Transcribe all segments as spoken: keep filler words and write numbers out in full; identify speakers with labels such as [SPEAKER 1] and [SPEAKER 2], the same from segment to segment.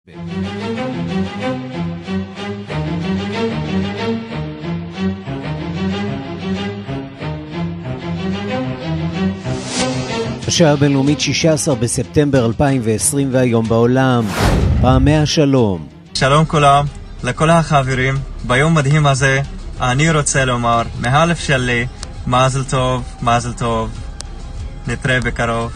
[SPEAKER 1] השעה הבינלאומית שישה עשר בספטמבר אלפיים ועשרים והיום בעולם. פעמי השלום.
[SPEAKER 2] שלום כולם, לכל החברים. ביום מדהים הזה אני רוצה לומר מהלב שלי מזל טוב, מזל טוב. נתראה בקרוב.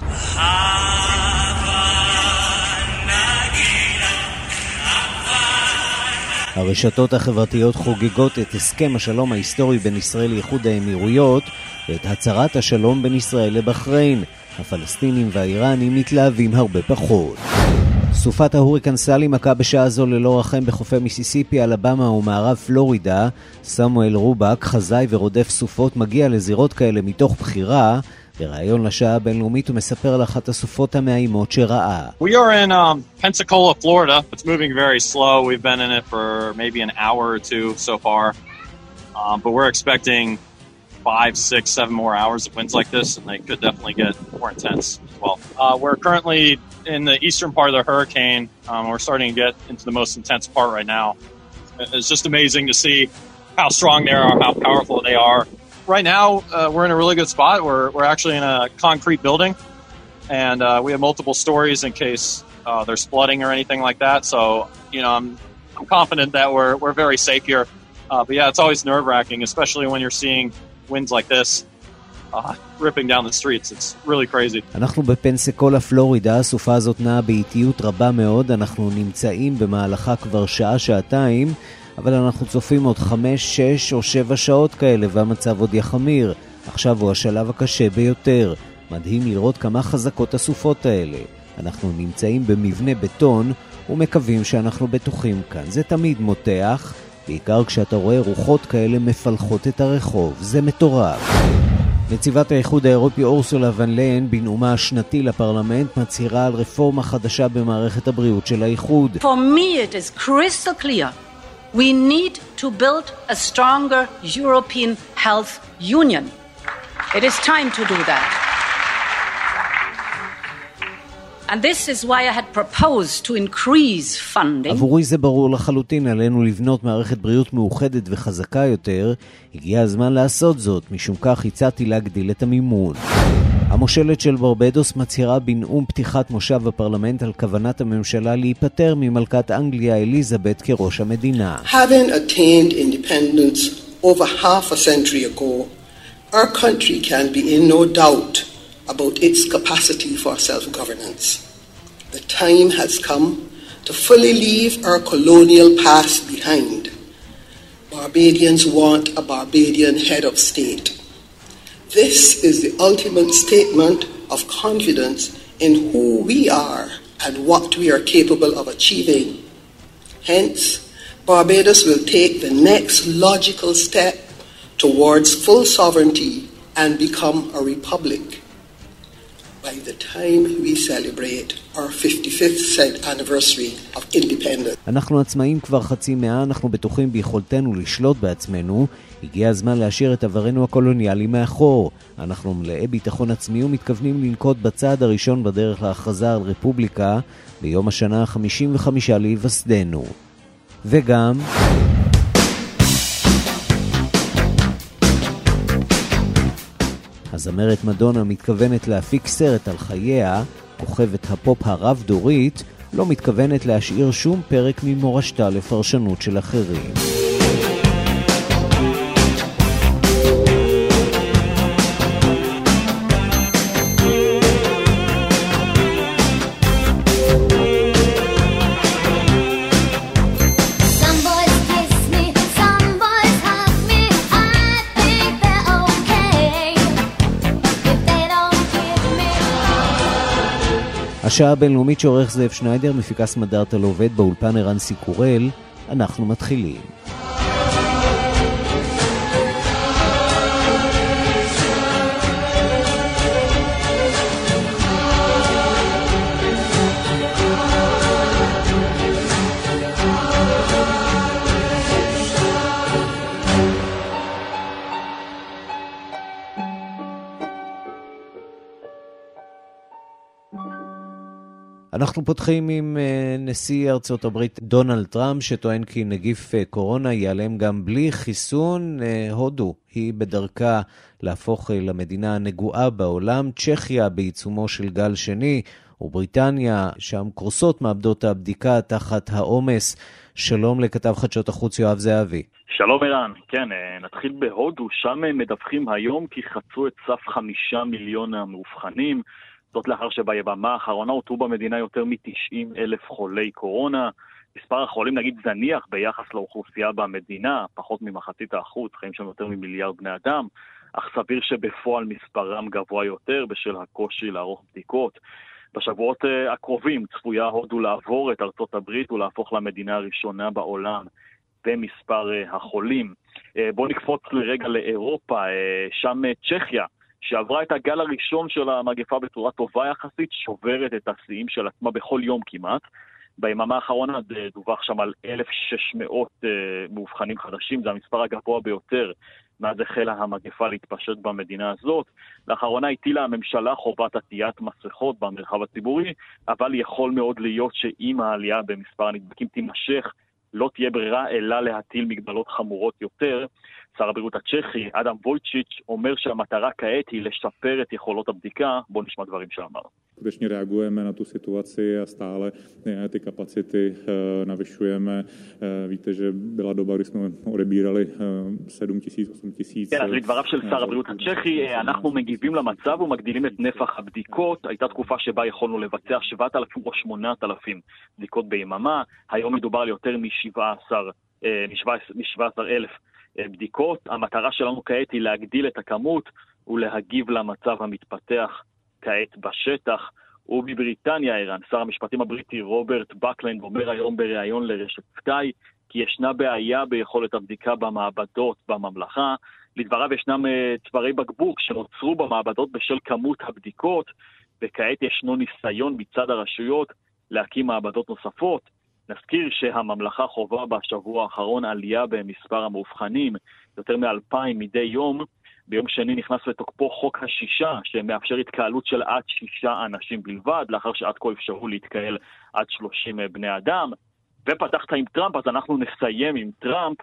[SPEAKER 1] הרשתות החברתיות חוגגות את הסכם השלום ההיסטורי בין ישראל לאיחוד האמירויות ואת הצהרת השלום בין ישראל לבחריין. הפלסטינים והאיראנים מתלהבים הרבה פחות. סופת ההוריקן סלי מכה בשעה זו ללא רחם בחופי מיסיסיפי, אלבמה ומערב פלורידה. סמואל רובק, חזאי ורודף סופות, מגיע לזירות כאלה מתוך בחירה. בראיון לשעה הבינלאומית הוא מספר על אחת הסופות המאיימות שראה.
[SPEAKER 3] We are in um, Pensacola, Florida. It's moving very slow. We've been in it for maybe an hour or two so far. Um, but we're expecting five, six, seven more hours of winds like this, and they could definitely get more intense as well. Uh, we're currently in the eastern part of the hurricane. Um, we're starting to get into the most intense part right now. It's just amazing to see how strong they are, how powerful they are. Right now, uh, we're in a really good spot. We're we're actually in a concrete building, and uh, we have multiple stories in case uh, there's flooding or anything like that. So, you know, I'm I'm confident that we're we're very safe here. Uh, but yeah, it's always nerve-wracking, especially when you're seeing winds like this uh, ripping down the streets. It's really crazy.
[SPEAKER 1] אנחנו בפנסקולה, פלורידה. הסופה הזאת נעה באיטיות רבה מאוד. אנחנו נמצאים במהלכה כבר שעה, שעתיים. אבל אנחנו צופים עוד חמש, שש או שבע שעות כאלה, והמצב עוד יחמיר. עכשיו הוא השלב הקשה ביותר. מדהים לראות כמה חזקות הסופות האלה. אנחנו נמצאים במבנה בטון, ומקווים שאנחנו בטוחים כאן. זה תמיד מותח, בעיקר כשאתה רואה רוחות כאלה מפלחות את הרחוב. זה מטורף. נציבת האיחוד האירופי אורסולה ון ליין בנאומה השנתי לפרלמנט מצהירה על רפורמה חדשה במערכת הבריאות של האיחוד.
[SPEAKER 4] For me it is crystal clear. We need to build a stronger European health union. It is time to do that. And this is why I had proposed to increase funding.
[SPEAKER 1] עבורי זה ברור לחלוטין, עלינו לבנות מערכת בריאות מאוחדת וחזקה יותר. הגיע הזמן לעשות זאת, משום כך הצעתי להגדיל את המימון. המושלת של ברבדוס מצהירה בנאום פתיחת מושב הפרלמנט על כוונת הממשלה להיפטר ממלכת אנגליה אליזבת כראש המדינה.
[SPEAKER 5] Having attained independence over half a century ago, our country can be in no doubt about its capacity for self-governance. The time has come to fully leave our colonial past behind. Barbadians want a Barbadian head of state. This is the ultimate statement of confidence in who we are and what we are capable of achieving. Hence, Barbados will take the next logical step towards full sovereignty and become a republic by the time we celebrate our fifty-fifth anniversary of independence.
[SPEAKER 1] אנחנו עצמאים כבר חצי מאה, אנחנו בטוחים ביכולתנו לשלוט בעצמנו. הגיע הזמן להשאיר את עברנו הקולוניאלי מאחור. אנחנו מלאי ביטחון עצמי ומתכוונים לנקוט בצעד הראשון בדרך להכרזה על רפובליקה ביום השנה ה-חמישים וחמישה להיווסדנו. וגם הזמרת מדונה מתכוונת להפיק סרט על חייה. כוכבת הפופ הרב-דורית לא מתכוונת להשאיר שום פרק ממורשתה לפרשנות של אחרים. השעה הבינלאומית שעורך זאב שניידר, מפיקה סמדארטה לעובד, באולפן ערן סיקורל. אנחנו מתחילים. אנחנו פותחים עם נשיא ארצות הברית דונלד טראמפ, שטוען כי נגיף קורונה ייעלם גם בלי חיסון. הודו היא בדרכה להפוך למדינה הנגועה בעולם, צ'כיה בעיצומו של גל שני, ובריטניה שם קורסות מעבדות הבדיקה תחת העומס. שלום לכתב חדשות החוץ יואב זהבי.
[SPEAKER 6] שלום ערן, כן, נתחיל בהודו, שם מדווחים היום כי חצו את סף חמישה מיליון המאובחנים, זאת לאחר שביבמה האחרונה אותרו במדינה יותר מ-תשעים אלף חולי קורונה. מספר החולים נגיד זניח ביחס לאוכלוסייה במדינה, פחות ממחצית האחוז, חיים שם יותר ממיליארד בני אדם, אך סביר שבפועל מספרם גבוה יותר בשל הקושי לערוך בדיקות. בשבועות הקרובים צפויה הודו לעבור את ארצות הברית ולהפוך למדינה הראשונה בעולם במספר החולים. בואו נקפוץ לרגע לאירופה, שם צ'כיה, שעברה את הגל הראשון של המגפה בצורה טובה יחסית, שוברת את השיאים של עצמה בכל יום כמעט. ביממה האחרונה דווח שם על אלף ושש מאות מאובחנים חדשים, זה המספר הגבוה ביותר מאז החלה המגפה להתפשט במדינה הזאת. לאחרונה הטילה הממשלה חובת עטיית מסכות במרחב הציבורי, אבל יכול מאוד להיות שאם העלייה במספר הנדבקים תימשך, לא תהיה ברירה אלא להטיל מגבלות חמורות יותר. שר הבריאות הצ'כי, אדם וויצ'יץ', אומר שהמטרה כעת היא לשפר את יכולות הבדיקה. בואו נשמע דברים שאמר.
[SPEAKER 7] Skutečně reagujeme na tu situaci a stále ty kapacity navyšujeme. Víte, že byla doba, kdy jsme odebírali sedm tisíc, osm tisíc.
[SPEAKER 6] כן, אז לדבריו של שר הבריאות הצ'כי, אנחנו מגיבים למצב ומגדילים את נפח הבדיקות. הייתה תקופה שבה יכולנו לבצע שבעת אלפים או שמונת אלפים בדיקות ביממה. היום מדובר על יותר מ-שבעה עשר אלף בדיקות. המטרה שלנו כעת היא להגדיל את הכמות ולהגיב למצב המתפתח כעת בשטח. ובבריטניה, איראן, שר המשפטים הבריטי רוברט בקלנד אומר היום בריאיון לרשת סקאי כי ישנה בעיה ביכולת הבדיקה במעבדות בממלכה. לדבריו ישנם צווארי בקבוק שנוצרו במעבדות בשל כמות הבדיקות, וכעת ישנו ניסיון מצד הרשויות להקים מעבדות נוספות. נזכיר שהממלכה חובה בשבוע האחרון עלייה במספר המאובחנים, יותר מאלפיים מדי יום. ביום שני נכנס לתוקפו חוק השישה, שמאפשר התקהלות של עד שישה אנשים בלבד, לאחר שעד כה אפשרו להתקהל עד שלושים בני אדם. ופתחת עם טראמפ, אז אנחנו נסיים עם טראמפ.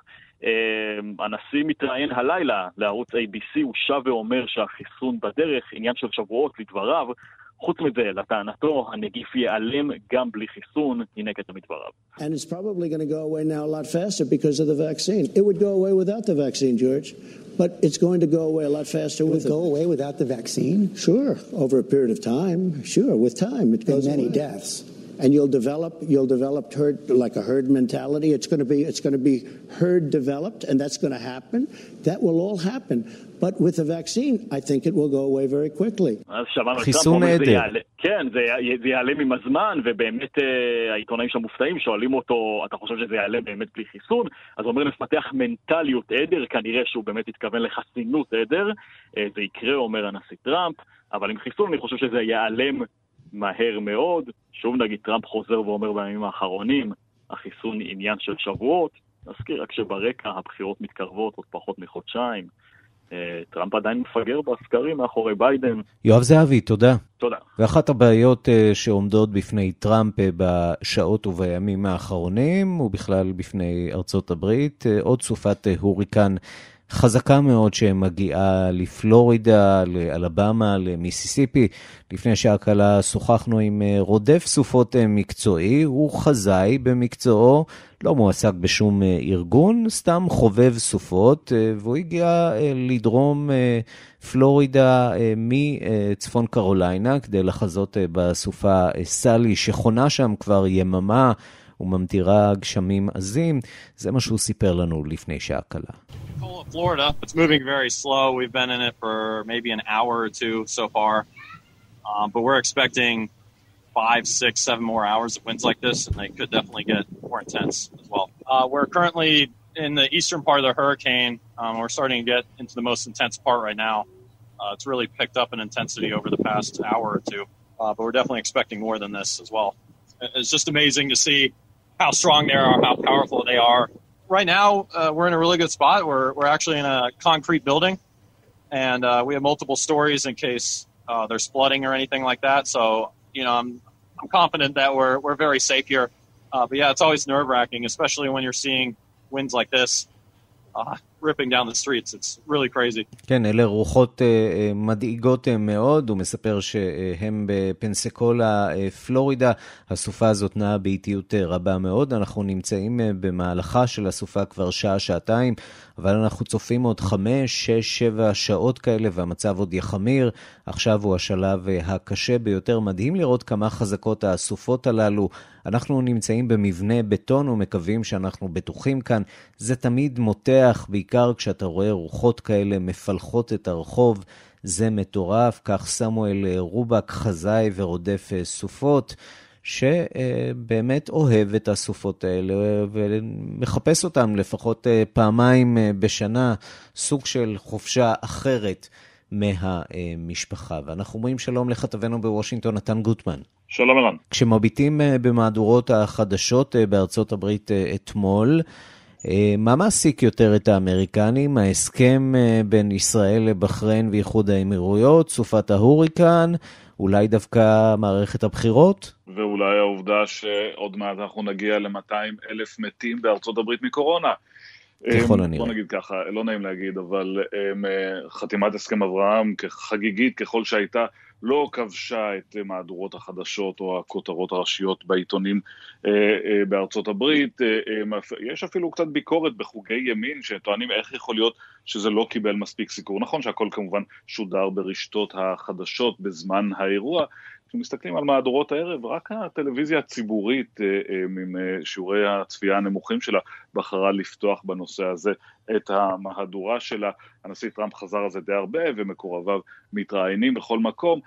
[SPEAKER 6] הנשיא מתראיין הלילה לערוץ איי בי סי, הוא שב ואומר שהחיסון בדרך, עניין של שבועות לדבריו. חוץ מזה, לטענתו, הנגיף ייעלם גם בלי חיסון, הנה קטע מדבריו.
[SPEAKER 8] And it's probably going to go away now a lot faster because of the vaccine. It would go away without the vaccine, George, but it's going to go away a lot faster with it. It would go away without the vaccine? Sure, over a period of time. Sure, with time it goes away. And many deaths. And you'll develop, you'll develop herd, like a herd mentality. It's going to be, it's going to be herd developed, and that's going to happen. That will all happen. But with the vaccine, I think it will go away very quickly.
[SPEAKER 1] חיסון עדר.
[SPEAKER 6] כן, זה יעלם עם הזמן, ובאמת העיתונאים שם מופתעים, שואלים אותו, אתה חושב שזה יעלם באמת בלי חיסון? אז הוא אומר, נפתח מנטליות עדר, כנראה שהוא באמת התכוון לחסינות עדר. זה יקרה, אומר הנשיא טראמפ, אבל עם חיסון אני חושב שזה יעלם מהר מאוד. שוב נגיד, טראמפ חוזר ואומר בימים האחרונים, החיסון עניין של שבועות. נזכיר רק שברקע הבחירות מתקרבות עוד פחות מחודשיים. טראמפ עדיין מפגר בסקרים מאחורי ביידן.
[SPEAKER 1] יואב זהבי, תודה.
[SPEAKER 6] תודה.
[SPEAKER 1] ואחת הבעיות שעומדות בפני טראמפ בשעות ובימים האחרונים, ובכלל בפני ארצות הברית, עוד סופת הוריקן חזקה מאוד שמגיעה לפלורידה, לאלבמה, למיסיסיפי. לפני שהקלה שוחחנו עם רודף סופות מקצועי, הוא חזאי במקצועו, לא מועסק בשום ארגון, סתם חובב סופות, והוא הגיע לדרום פלורידה מצפון קרוליינה, כדי לחזות בסופה סלי, שחונה שם כבר יממה, וממטירה גשמים עזים. זה מה שהוא סיפר לנו לפני שהקלה.
[SPEAKER 3] Florida, it's moving very slow. We've been in it for maybe an hour or two so far, um, but we're expecting five, six, seven more hours of winds like this, and they could definitely get more intense as well. Uh, we're currently in the eastern part of the hurricane. Um, we're starting to get into the most intense part right now. Uh, it's really picked up in intensity over the past hour or two, uh, but we're definitely expecting more than this as well. It's just amazing to see how strong they are, how powerful they are. Right now, uh, we're in a really good spot. We're we're actually in a concrete building, and uh, we have multiple stories in case uh, there's flooding or anything like that. So, you know, I'm I'm confident that we're we're very safe here. Uh, but yeah, it's always nerve-wracking, especially when you're seeing winds like this uh, ripping down the streets. It's really crazy.
[SPEAKER 1] כן, אלה רוחות uh, מדאיגות uh, מאוד. הוא מספר שהם בפנסקולה, uh, פלורידה. הסופה הזאת נעה באיטיות uh, רבה מאוד. אנחנו נמצאים uh, במהלכה של הסופה כבר שעה, שעתיים, אבל אנחנו צופים עוד חמש, שש, שבע שעות כאלה, והמצב עוד יחמיר. עכשיו הוא השלב uh, הקשה ביותר. מדהים לראות כמה חזקות הסופות הללו. אנחנו נמצאים במבנה בטון ומקווים שאנחנו בטוחים כאן. זה תמיד מותח, בעיקר כשאתה רואה רוחות כאלה מפלחות את הרחוב. זה מטורף. כך סמואל רובק, חזאי ורודף סופות, שבאמת אוהב את הסופות האלה ומחפש אותם לפחות פעמיים בשנה, סוג של חופשה אחרת מהמשפחה. ואנחנו אומרים שלום לכתבנו בוושינגטון, נתן גוטמן.
[SPEAKER 9] שלום ערן.
[SPEAKER 1] כשמביטים במהדורות החדשות בארצות הברית אתמול, מה מעסיק יותר את האמריקנים? ההסכם בין ישראל לבחריין ואיחוד האמירויות, סופת ההוריקן, אולי דווקא מערכת הבחירות?
[SPEAKER 9] ואולי העובדה שעוד מעט אנחנו נגיע ל-מאתיים אלף מתים בארצות הברית מקורונה.
[SPEAKER 1] ככל הנראה.
[SPEAKER 9] בוא נגיד ככה, לא נעים להגיד, אבל חתימת הסכם אברהם חגיגית ככל שהייתה, לא כבשה את מהדורות החדשות או הכותרות הראשיות בעיתונים בארצות הברית. יש אפילו קצת ביקורת בחוגי ימין שטוענים איך יכול להיות שזה לא קיבל מספיק סיקור. נכון שהכל כמובן שודר ברשתות החדשות בזמן האירוע. כשמסתכלים על מהדורות הערב, רק הטלוויזיה הציבורית עם שיעורי הצפייה הנמוכים שלה בחרה לפתוח בנושא הזה את המהדורה שלה. הנשיא טראמפ חזר על זה די הרבה ומקורביו מתראיינים בכל מקום.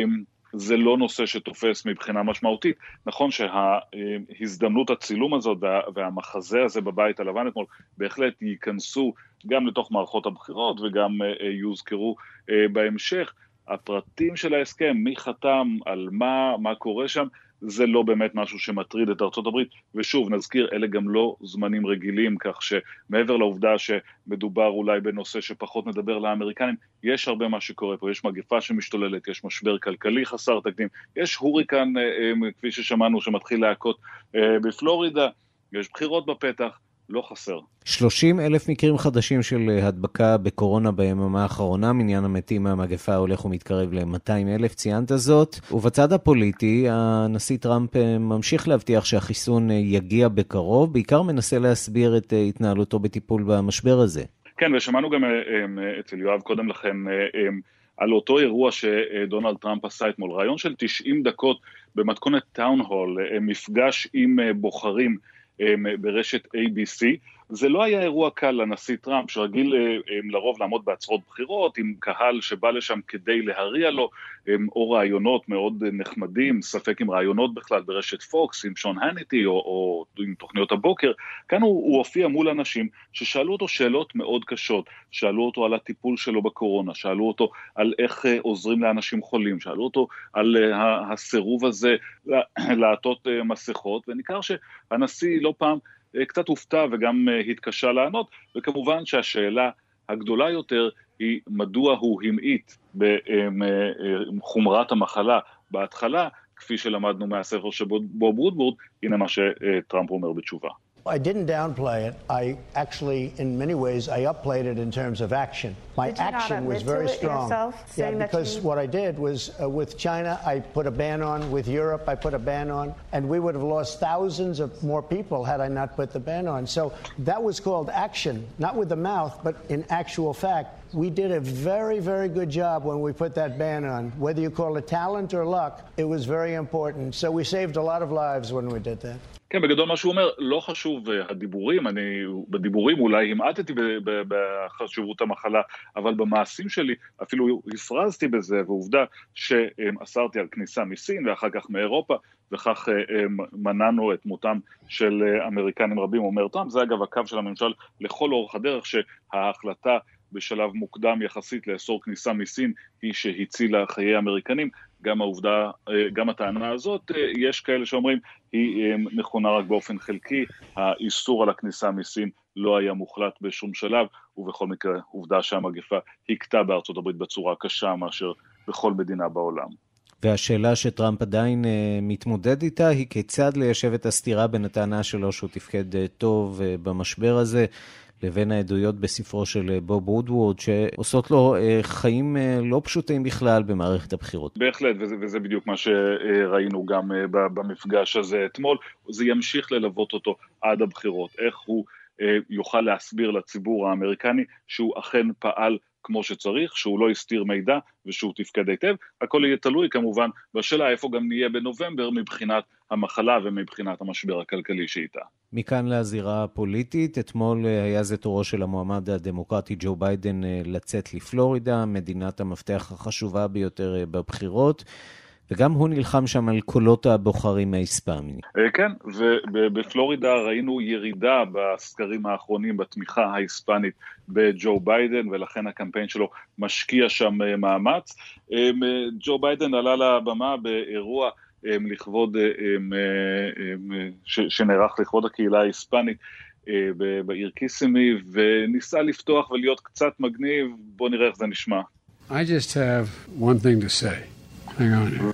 [SPEAKER 9] זה לא נושא שתופס מבחינה משמעותית. נכון שההזדמנות הצילום הזאת והמחזה הזה בבית הלבן אתמול בהחלט ייכנסו גם לתוך מערכות הבחירות וגם יוזכרו בהמשך. הפרטים של ההסכם, מי חתם על מה, מה קורה שם, זה לא באמת משהו שמטריד את ארצות הברית, ושוב נזכיר, אלה גם לא זמנים רגילים, כך שמעבר לעובדה שמדובר אולי בנושא שפחות מדבר לאמריקנים, יש הרבה מה שקורה פה, יש מגפה שמשתוללת, יש משבר כלכלי חסר תקדים, יש הוריקן, כפי ששמענו, שמתחיל להכות בפלורידה, יש בחירות בפתח, לא חסר.
[SPEAKER 1] שלושים אלף מקרים חדשים של הדבקה בקורונה ביממה האחרונה, מניין המתים מהמגפה הולך ומתקרב ל-מאתיים אלף, ציינת זאת. ובצד הפוליטי, הנשיא טראמפ ממשיך להבטיח שהחיסון יגיע בקרוב, בעיקר מנסה להסביר את התנהלותו בטיפול במשבר הזה.
[SPEAKER 9] כן, ושמענו גם אצל יואב קודם לכן על אותו אירוע שדונלד טראמפ עשה אתמול, רעיון של תשעים דקות במתכונת טאון הול, מפגש עם בוחרים ברשת איי בי סי. זה לא היה אירוע קל לנשיא טראמפ, שרגיל לרוב לעמוד בעצרות בחירות, עם קהל שבא לשם כדי להריע לו, או רעיונות מאוד נחמדים, ספק עם רעיונות בכלל ברשת פוקס, עם שון הניטי, או, או עם תוכניות הבוקר. כאן הוא, הוא הופיע מול אנשים ששאלו אותו שאלות מאוד קשות, שאלו אותו על הטיפול שלו בקורונה, שאלו אותו על איך עוזרים לאנשים חולים, שאלו אותו על הסירוב הזה לעטות מסכות, וניכר שהנשיא לא פעם קצת הופתע וגם התקשה לענות, וכמובן שהשאלה הגדולה יותר היא מדוע הוא המעיט בחומרת המחלה בהתחלה, כפי שלמדנו מהספר של בוב וודוורד. הנה מה שטראמפ אומר בתשובה.
[SPEAKER 8] I didn't downplay it. I actually, in many ways, I upplayed it in terms of action. My action was very strong. Yeah, because what I did was uh, with China, I put a ban on. With Europe, I put a ban on. And we would have lost thousands of more people had I not put the ban on. So that was called action, not with the mouth, but in actual fact. We did a very, very good job when we put that ban on. Whether you call it talent or luck, it was very important. So we saved a lot of lives when we did that.
[SPEAKER 9] כן, בגדול מה שהוא אומר, לא חשוב הדיבורים, אני בדיבורים אולי המעטתי בחשיבות המחלה, אבל במעשים שלי אפילו הפרזתי בזה, ועובדה שאסרתי על כניסה מסין ואחר כך מאירופה, וכך מנענו את מותם של אמריקנים רבים, אומר טראמפ. זה אגב הקו של הממשל לכל אורך הדרך, שההחלטה בשלב מוקדם יחסית לאסור כניסה מסין היא שהצילה חיי אמריקנים. גם העובדה, גם הטענה הזאת, יש כאלה שאומרים, היא נכונה רק באופן חלקי. האיסור על הכניסה מסין לא היה מוחלט בשום שלב, ובכל מקרה, עובדה שהמגפה הכתה בארצות הברית בצורה קשה מאשר בכל מדינה בעולם.
[SPEAKER 1] והשאלה שטראמפ עדיין מתמודד איתה היא כיצד ליישב את הסתירה בין הטענה שלו שהוא תפקד טוב במשבר הזה, לבין העדויות בספרו של בוב וודוורד, שעושות לו חיים לא פשוטים בכלל במערכת הבחירות.
[SPEAKER 9] בהחלט, וזה, וזה בדיוק מה שראינו גם במפגש הזה אתמול. זה ימשיך ללוות אותו עד הבחירות. איך הוא יוכל להסביר לציבור האמריקני שהוא אכן פעל כמו שצריך, שהוא לא הסתיר מידע ושהוא תפקד היטב. הכל יהיה תלוי כמובן בשאלה איפה גם נהיה בנובמבר מבחינת המחלה ומבחינת המשבר הכלכלי שאיתה.
[SPEAKER 1] מכאן לזירה הפוליטית, אתמול היה זה תורו של המועמד הדמוקרטי ג'ו ביידן לצאת לפלורידה, מדינת המפתח החשובה ביותר בבחירות, וגם הוא נלחם שם על קולות הבוחרים ההיספנים.
[SPEAKER 9] כן, ובפלורידה ראינו ירידה בסקרים האחרונים בתמיכה ההיספנית בג'ו ביידן, ולכן הקמפיין שלו משקיע שם מאמץ. ג'ו ביידן עלה לבמה באירוע לכבוד, שנערך לכבוד הקהילה ההיספנית בעיר קיסימי, וניסה לפתוח ולהיות קצת מגניב. בוא נראה איך זה נשמע.
[SPEAKER 10] I just have one thing to say. Hang on here.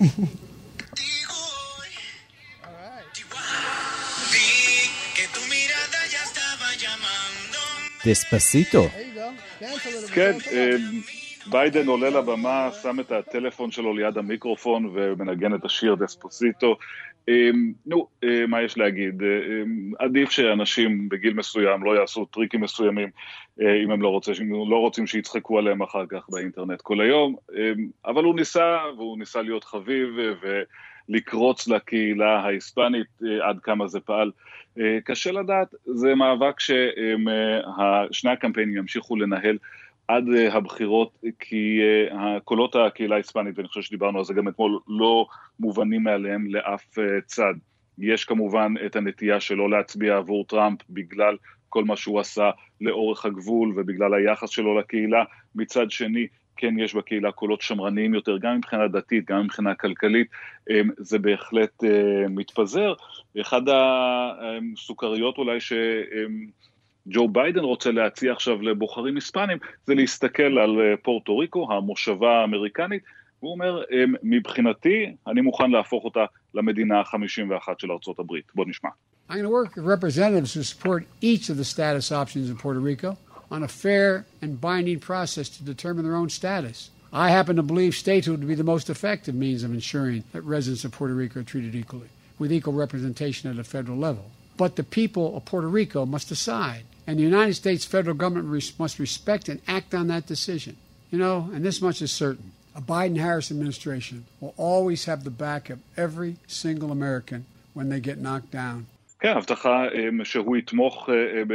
[SPEAKER 1] דספסיטו.
[SPEAKER 9] כן, ביידן עולה לבמה, שם את הטלפון שלו ליד המיקרופון ומנגן את השיר דספסיטו. נו, מה יש להגיד? עדיף שאנשים בגיל מסוים לא יעשו טריקים מסוימים אם הם לא רוצים, לא רוצים שיצחקו עליהם אחר כך באינטרנט כל היום, אבל הוא ניסה, והוא ניסה להיות חביב ולקרוץ לקהילה ההיספנית. עד כמה זה פעל קשה לדעת. זה מאבק ששני הקמפיינים ימשיכו לנהל עד הבחירות, כי הקולות הקהילה ההיספנית, ואני חושב שדיברנו על זה גם אתמול, לא מובנים מעליהם לאף צד. יש כמובן את הנטייה שלו להצביע עבור טראמפ בגלל כל מה שהוא עשה לאורך הגבול ובגלל היחס שלו לקהילה. מצד שני, כן יש בקהילה קולות שמרניים יותר, גם מבחינה דתית, גם מבחינה כלכלית. זה בהחלט מתפזר. אחד הסוכריות אולי ש... ג'ו ביידן רוצה להציע עכשיו לבוחרים היספנים, זה להסתכל על פורטו ריקו, המושבה האמריקנית. הוא אומר, מבחינתי, אני מוכן להפוך אותה למדינה ה-חמישים ואחת של ארצות הברית. בוא נשמע.
[SPEAKER 10] I'm going to work with representatives to support each of the status options in Puerto Rico on a fair and binding process to determine their own status. I happen to believe statehood to be the most effective means of ensuring that residents of Puerto Rico are treated equally, with equal representation at a federal level. But the people of Puerto Rico must decide. And the United States federal government res- must respect and act on that decision. You know, and this much is certain. A Biden-Harris administration will always have the back of every single American when they get knocked down.
[SPEAKER 9] כן, הבטחה שהוא יתמוך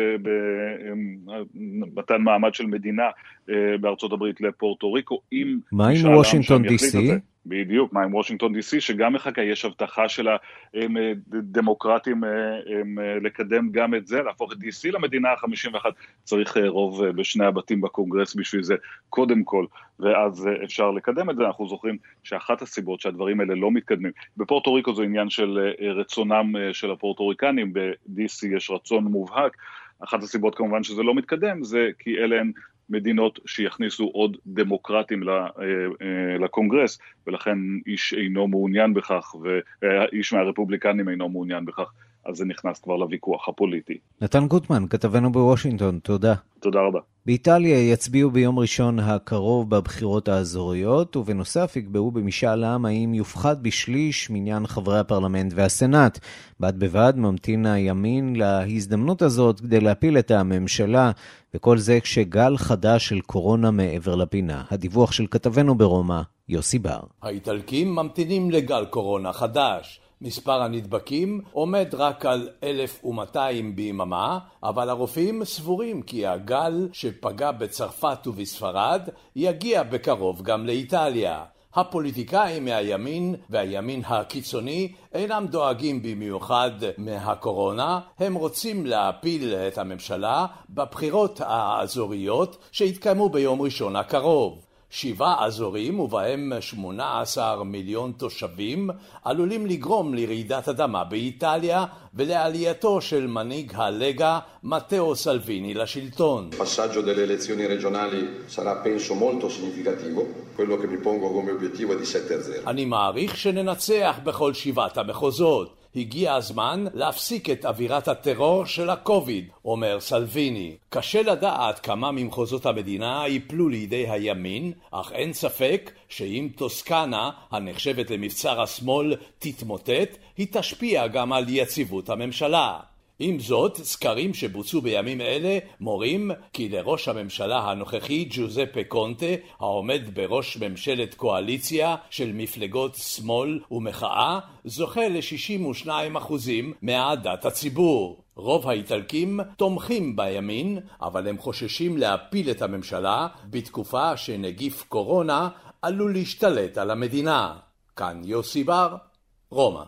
[SPEAKER 9] במתן מעמד של מדינה בארצות הברית לפורטו ריקו.
[SPEAKER 1] מה עם וושינגטון די סי?
[SPEAKER 9] בדיוק, מה עם וושינגטון די סי, שגם מחכה, יש הבטחה של הדמוקרטים לקדם גם את זה, להפוך את די סי למדינה ה-חמישים ואחת. צריך רוב בשני הבתים בקונגרס בשביל זה קודם כל, ואז אפשר לקדם את זה. אנחנו זוכרים שאחת הסיבות שהדברים האלה לא מתקדמים בפורטו ריקו זה עניין של רצונם של הפורטוריקנים, ב-די סי יש רצון מובהק. אחת הסיבות כמובן שזה לא מתקדם זה כי אלה הן מדינות שיכניסו עוד דמוקרטים לקונגרס, ולכן איש אינו מעוניין בכך, ואיש מהרפובליקנים אינו מעוניין בכך, אז זה נכנס כבר לוויכוח הפוליטי.
[SPEAKER 1] נתן גוטמן, כתבנו בוושינגטון, תודה.
[SPEAKER 9] תודה רבה.
[SPEAKER 1] באיטליה יצביעו ביום ראשון הקרוב בבחירות האזוריות, ובנוסף יקבעו במשאל עם האם יופחת בשליש מניין חברי הפרלמנט והסנאט. בד בבד ממתין הימין להזדמנות הזאת כדי להפיל את הממשלה, וכל זה כשגל חדש של קורונה מעבר לפינה. הדיווח של כתבנו ברומא, יוסי בר.
[SPEAKER 11] האיטלקים ממתינים לגל קורונה חדש. מספר הנדבקים עומד רק על אלף ומאתיים ביממה, אבל הרופאים סבורים כי הגל שפגע בצרפת ובספרד יגיע בקרוב גם לאיטליה. הפוליטיקאים מהימין והימין הקיצוני אינם דואגים במיוחד מהקורונה, הם רוצים להפיל את הממשלה בבחירות האזוריות שהתקיימו ביום ראשון הקרוב. שבעה אזורים ובהם שמונה עשר מיליון תושבים עלולים לגרום לרעידת אדמה באיטליה ולעלייתו של מנהיג הלגה מתאו סלוויני לשלטון.
[SPEAKER 12] Il passaggio delle elezioni regionali sarà penso molto significativo. Quello che mi pongo come obiettivo è di sette a zero.
[SPEAKER 11] אני מעריך שננצח בכל שבעת המחוזות. הגיע הזמן להפסיק את אווירת הטרור של הקוביד, אומר סלוויני. קשה לדעת כמה ממחוזות המדינה ייפלו לידי הימין, אך אין ספק שאם טוסקנה, הנחשבת למבצר השמאל, תתמוטט, היא תשפיע גם על יציבות הממשלה. עם זאת, סקרים שבוצעו בימים אלה מורים כי לראש הממשלה הנוכחי ג'וזפה קונטה, העומד בראש ממשלת קואליציה של מפלגות שמאל ומחאה, זוכה ל-שישים ושניים אחוזים מהעדת הציבור. רוב האיטלקים תומכים בימין, אבל הם חוששים להפיל את הממשלה בתקופה שנגיף קורונה עלול להשתלט על המדינה. כאן יוסי בר, רומא.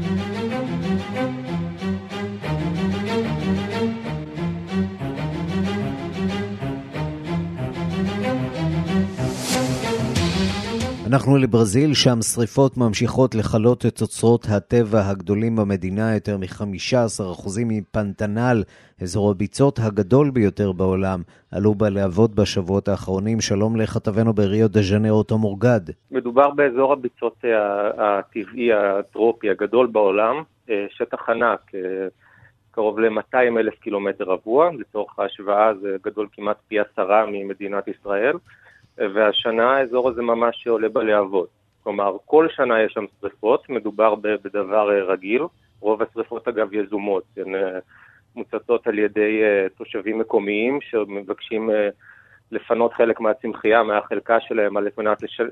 [SPEAKER 1] אנחנו לברזיל, שם שריפות ממשיכות לחלות את אוצרות הטבע הגדולים במדינה. יותר מ-חמישה עשר אחוזים מפנטנל, אזור הביצות הגדול ביותר בעולם, עלו בלהבות בשבועות האחרונים. שלום לכתבנו בריו דה ז'נרו, תום אורגד.
[SPEAKER 13] מדובר באזור הביצות הטבעי הטרופי הגדול בעולם, שטח ענק, קרוב ל-מאתיים אלף קילומטר רבוע, לצורך ההשוואה זה גדול כמעט פי עשרה ממדינת ישראל. והשנה האזור הזה ממש עולה בלהבות. כלומר, כל שנה יש שם שריפות, מדובר בדבר רגיל. רוב השריפות אגב יזומות, הן מוצצות על ידי תושבים מקומיים שמבקשים לפנות חלק מהצמחייה, מהחלקה שלהם, על מנת לש...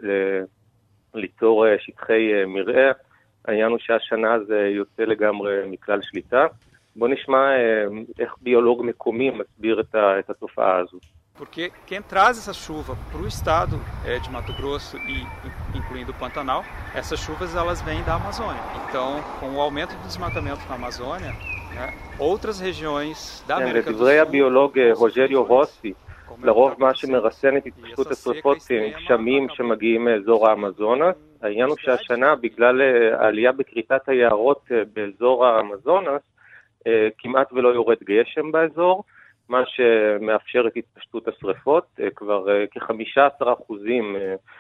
[SPEAKER 13] ליצור שטחי מרעה. העניין הוא שהשנה זה יוצא לגמרי מכלל שליטה. בוא נשמע איך ביולוג מקומי מסביר את התופעה הזו.
[SPEAKER 14] Porque quem traz essa chuva para o estado é, de Mato Grosso e incluindo o Pantanal, essas chuvas elas vêm da Amazônia. Então, com o aumento do desmatamento na Amazônia, né, outras regiões da América do Sul...
[SPEAKER 13] לדברי הביולוג רוג'ריו רוסי, לרוב מה שמרסן את התפשטות השרפות גשמים שמגיעים מאזור האמזונס. העניין הוא שהשנה, בגלל העלייה בכריתת היערות באזור האמזונס, כמעט ולא יורד גשם באזור, מה שמאפשר את התפשטות השריפות. כבר כ-חמישה עשר אחוזים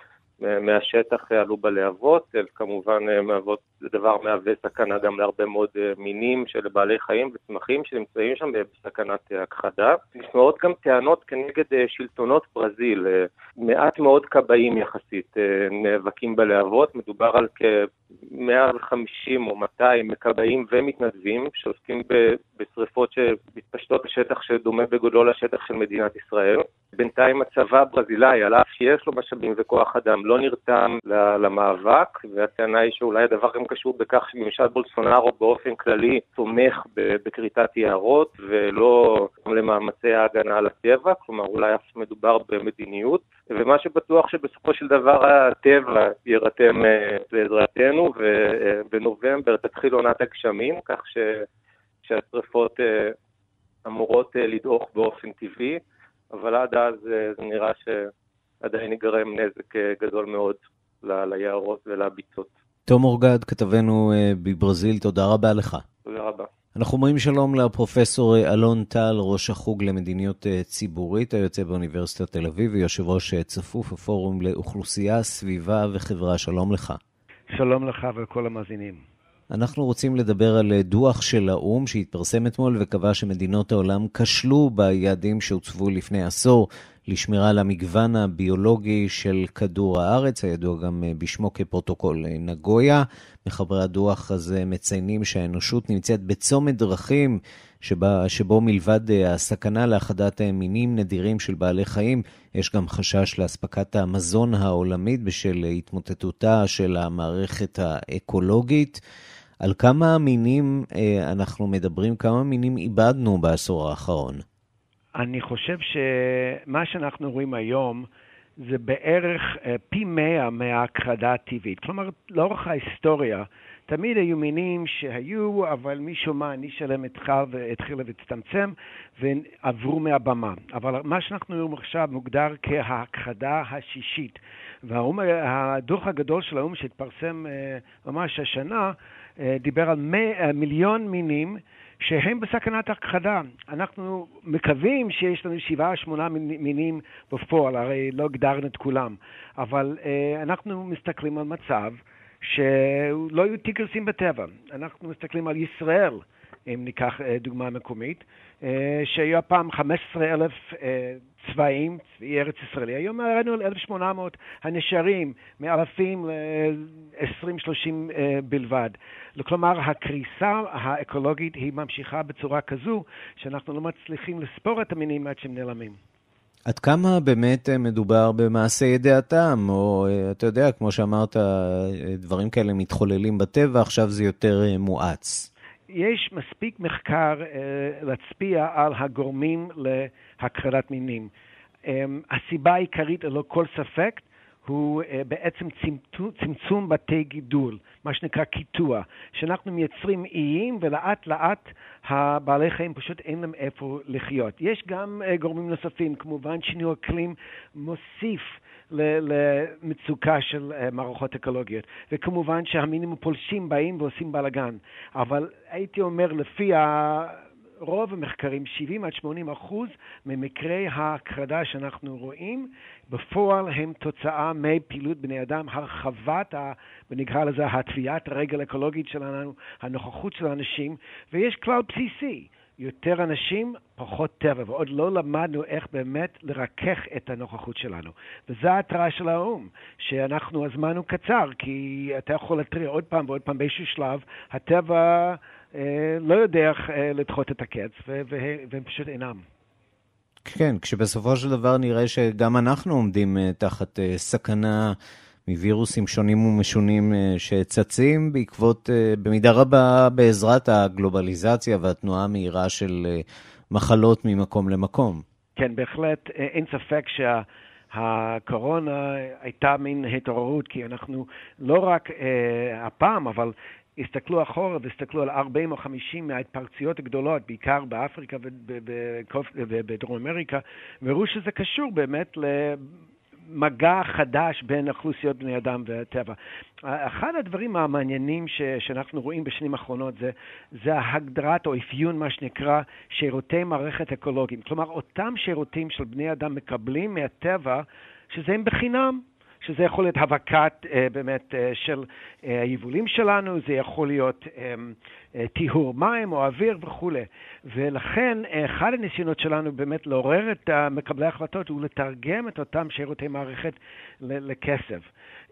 [SPEAKER 13] מהשטח עלו בלהבות, כמובן מהוות, זה דבר מהווה סכנה גם להרבה מאוד מינים של בעלי חיים וצמחים שנמצאים שם בסכנת הכחדה. נשמעות גם טענות כנגד שלטונות ברזיל, מעט מאוד כבאים יחסית נאבקים בלהבות, מדובר על כ-מאה וחמישים או מאתיים כבאים ומתנדבים שעוסקים בשריפות שמתפשטות בשטח שדומה בגודלו לשטח של מדינת ישראל. בינתיים הצבא הברזילאי, על אף שיש לו משאבים וכוח אדם, לא נרתם למאבק, והטענה היא שאולי הדבר גם קשור בכך שממשל בולסונארו באופן כללי תומך בקריטת יערות ולא למאמצי ההגנה על הטבע, כלומר אולי אף מדובר במדיניות, ומה שבטוח שבסופו של דבר הטבע ירתם לעזרתנו, ובנובמבר תתחיל עונת הגשמים, כך ש... שהשריפות אמורות לדעוך באופן טבעי, אבל עד אז זה נראה שעדיין ייגרם נזק גדול מאוד ל... ליערות ולביצות.
[SPEAKER 1] תום אורגד, כתבנו בברזיל, תודה רבה לך.
[SPEAKER 13] תודה רבה.
[SPEAKER 1] אנחנו אומרים שלום לפרופסור אלון טל, ראש החוג למדיניות ציבורית, היוצא באוניברסיטת תל אביב, ויושב ראש צפוף הפורום לאוכלוסייה, סביבה וחברה. שלום לך.
[SPEAKER 15] שלום לך ולכל המאזינים.
[SPEAKER 1] אנחנו רוצים לדבר על דוח של האום שהתפרסם אתמול וקבע שמדינות העולם כשלו ביעדים שהוצבו לפני עשור לשמירה על המגוון הביולוגי של כדור הארץ, הידוע גם בשמו כפרוטוקול נגויה. מחברי הדוח הזה מציינים שהאנושות נמצאת בצומת דרכים שבה, שבו מלבד הסכנה להחדת מינים נדירים של בעלי חיים, יש גם חשש להספקת המזון העולמית בשל התמוטטותה של המערכת האקולוגית. על כמה מינים אנחנו מדברים, כמה מינים איבדנו בעשור האחרון?
[SPEAKER 15] אני חושב שמה שאנחנו רואים היום זה בערך פי מאה מההכחדה הטבעית. כלומר, לאורך ההיסטוריה תמיד היו מינים שהיו, אבל משום מה הנישה שלהם התחילה והצטמצם ועברו מהבמה. אבל מה שאנחנו רואים עכשיו מוגדר כהכחדה השישית. והדוח הגדול של האום שהתפרסם ממש השנה דיבר על מיליון מינים שהם בסכנת הכחדה. אנחנו מקווים שיש לנו שבעה, שמונה מינים בפועל, הרי לא הגדרנו את כולם. אבל אנחנו מסתכלים על מצב שלא יהיו טיגרסים בטבע. אנחנו מסתכלים על ישראל, אם ניקח דוגמה מקומית, שהיו פעם חמישה עשר אלף צבאים, צבאי ארץ ישראלי. היום ראינו על אלף ושמונה מאות הנשארים, מאלפים ל-עשרים שלושים בלבד. כלומר, הקריסה האקולוגית היא ממשיכה בצורה כזו, שאנחנו לא מצליחים לספור את המינים עד שהם נעלמים.
[SPEAKER 1] עד כמה באמת מדובר במעשה ידי אדם, או אתה יודע, כמו שאמרת, דברים כאלה מתחוללים בטבע, עכשיו זה יותר מואץ.
[SPEAKER 15] יש מספיק מחקר uh, להצביע על הגורמים להכחדת מינים. Um, הסיבה העיקרית, ללא כל ספק, הוא uh, בעצם צמצום, צמצום בתי גידול, מה שנקרא קיטוע, שאנחנו מייצרים איים ולאט לאט הבעלי חיים פשוט אין להם איפה לחיות. יש גם uh, גורמים נוספים, כמובן שינוי אקלים מוסיף למצוקה של מערכות אקולוגיות. וכמובן שהמינים הפולשים באים ועושים בלגן. אבל הייתי אומר, לפי רוב המחקרים, שבעים עד שמונים אחוז ממקרי ההכחדה שאנחנו רואים, בפועל הם תוצאה מפעילות בני אדם, הרחבת, ונקרא לזה, התביעת הרגל האקולוגית שלנו, הנוכחות של האנשים, ויש כלל בסיסי. יותר אנשים, פחות טבע, ועוד לא למדנו איך באמת לרכך את הנוכחות שלנו. וזו ההתראה של האום, שאנחנו, הזמן הוא קצר, כי אתה יכול להתריע עוד פעם ועוד פעם באיזשהו שלב, הטבע אה, לא יודע איך אה, לדחות את הקץ, ו- ו- והם פשוט אינם.
[SPEAKER 1] כן, כשבסופו של דבר נראה שגם אנחנו עומדים uh, תחת uh, סכנה מווירוסים שונים ומשונים uh, שצצים בעקבות, uh, במידה רבה בעזרת הגלובליזציה והתנועה המהירה של uh, מחלות ממקום למקום.
[SPEAKER 15] כן, בהחלט אין ספק שה... הקורונה הייתה מין התעוררות, כי אנחנו לא רק אה, הפעם, אבל הסתכלו אחורה והסתכלו על ארבעים או חמישים מההתפרצויות הגדולות, בעיקר באפריקה ובדרום אמריקה, וראו שזה קשור באמת למגע חדש בין אוכלוסיות בני אדם והטבע. אחד הדברים המעניינים ש, שאנחנו רואים בשנים האחרונות זה, זה ההגדרת או אפיון, מה שנקרא שירותי מערכת אקולוגיים. כלומר, אותם שירותים של בני אדם מקבלים מהטבע, שזה הם בחינם. שזה יכול להיות הבקת uh, באמת uh, של uh, היבולים שלנו, זה יכול להיות um, uh, טיהור מים או אוויר וכו'. ולכן אחד הניסיונות שלנו באמת לעורר את מקבלי ההחלטות הוא לתרגם את אותם שירותי מערכת לכסף.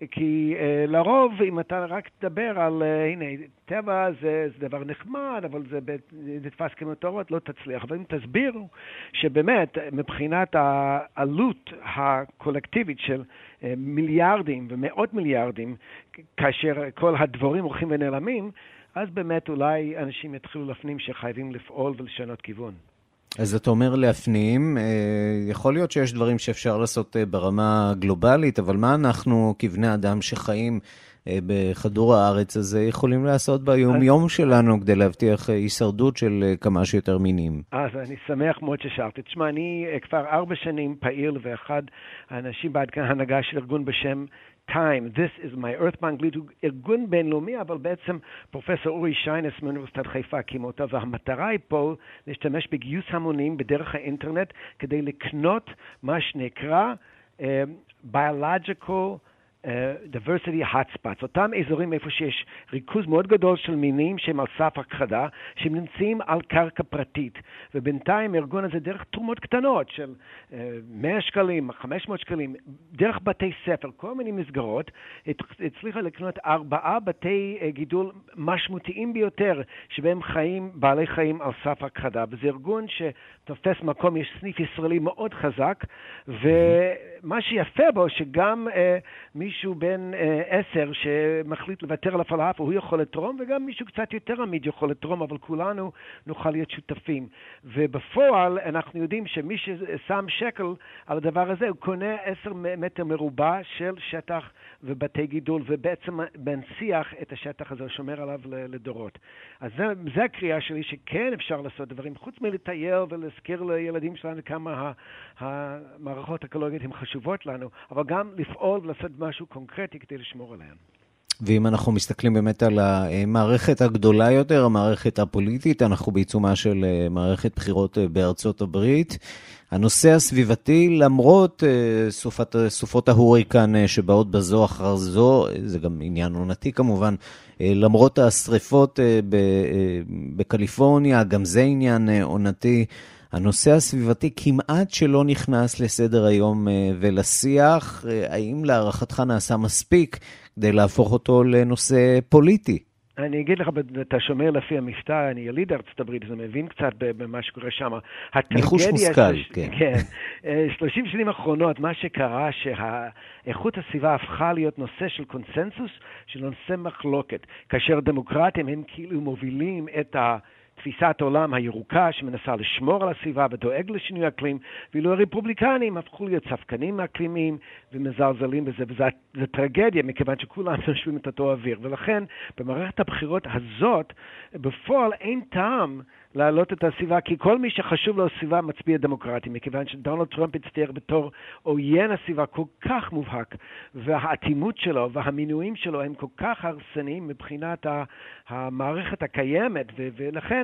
[SPEAKER 15] כי uh, לרוב אם אתה רק תדבר על, uh, הנה, טבע זה, זה דבר נחמד, אבל זה נתפס כמטרות, לא תצליח. אבל אם תסבירו שבאמת מבחינת העלות הקולקטיבית של uh, מיליארדים ומאות מיליארדים, כאשר כל הדבורים הולכים ונעלמים, אז באמת אולי אנשים יתחילו להפנים שחייבים לפעול ולשנות כיוון.
[SPEAKER 1] אז אתה אומר להפנים, יכול להיות שיש דברים שאפשר לעשות ברמה גלובלית, אבל מה אנחנו כבני אדם שחיים בכדור הארץ הזה יכולים לעשות ביום יום שלנו כדי להבטיח הישרדות של כמה שיותר מינים?
[SPEAKER 15] אז אני שמח מאוד ששאלת. תשמע, אני כבר ארבע שנים פעיל, ואחד האנשים בהנהגה של ארגון בשם Time, This is my Earth באנגלית, הוא ארגון בינלאומי, אבל בעצם פרופסור אורי שיינס מאוניברסיטת חיפה הקים אותו, והמטרה היא פה להשתמש בגיוס המונים בדרך האינטרנט כדי לקנות מה שנקרא uh, biological Uh, diversity hotspots, אותם אזורים איפה שיש ריכוז מאוד גדול של מינים שהם על סף הכחדה, שהם נמצאים על קרקע פרטית, ובינתיים הארגון הזה דרך תרומות קטנות של uh, מאה שקלים, חמש מאות שקלים, דרך בתי ספר, כל מיני מסגרות, הצליחה לקנות ארבעה בתי uh, גידול משמעותיים ביותר, שבהם חיים בעלי חיים על סף הכחדה, וזה ארגון שתופס מקום, יש סניף ישראלי מאוד חזק, ו... מה שיפה בו, שגם אה, מישהו בן אה, עשר שמחליט לוותר על הפלאפל, הוא יכול לתרום, וגם מישהו קצת יותר עמיד יכול לתרום, אבל כולנו נוכל להיות שותפים. ובפועל אנחנו יודעים שמי ששם שקל על הדבר הזה, הוא קונה עשר מטר מרובע של שטח ובתי גידול, ובעצם מנציח את השטח הזה, שומר עליו לדורות. אז זה, זה הקריאה שלי, שכן אפשר לעשות דברים, חוץ מלטייל ולהזכיר לילדים שלנו כמה המערכות אקולוגיות הן חשובות לנו, אבל גם לפעול ולעשות משהו קונקרטי כדי לשמור עליהן.
[SPEAKER 1] ואם אנחנו מסתכלים באמת על המערכת הגדולה יותר, המערכת הפוליטית, אנחנו בעיצומה של מערכת בחירות בארצות הברית. הנושא הסביבתי, למרות סופת, סופות ההוריקן שבאות בזו אחר זו, זה גם עניין עונתי כמובן, למרות השריפות בקליפורניה, גם זה עניין עונתי, הנושא הסביבתי כמעט שלא נכנס לסדר היום ולשיח. האם להערכתך נעשה מספיק כדי להפוך אותו לנושא פוליטי?
[SPEAKER 15] אני אגיד לך, אתה שומע לפי המבטא, אני יליד ארצות הברית, אז אני מבין קצת במה שקורה שם.
[SPEAKER 1] ניחוש מושכל, כן.
[SPEAKER 15] כן. שלושים שנים האחרונות, מה שקרה, שהאיכות הסביבה הפכה להיות נושא של קונסנסוס, של נושא מחלוקת. כאשר דמוקרטים הם כאילו מובילים את ה... תפיסת עולם הירוקה שמנסה לשמור על הסביבה ודואג לשינוי אקלים, ואילו הרפובליקנים הפכו להיות ספקנים אקלימיים ומזלזלים בזה, וזה טרגדיה מכיוון שכולם נושמים את אותו אוויר. ולכן במערכת הבחירות הזאת בפועל אין טעם להעלות את הסביבה, כי כל מי שחשוב לו הסביבה מצביע דמוקרטי, מכיוון שדונלד טראמפ הצטייר בתור עוין הסביבה כל כך מובהק, והאטימות שלו והמינויים שלו הם כל כך הרסניים מבחינת המערכת הקיימת, ולכן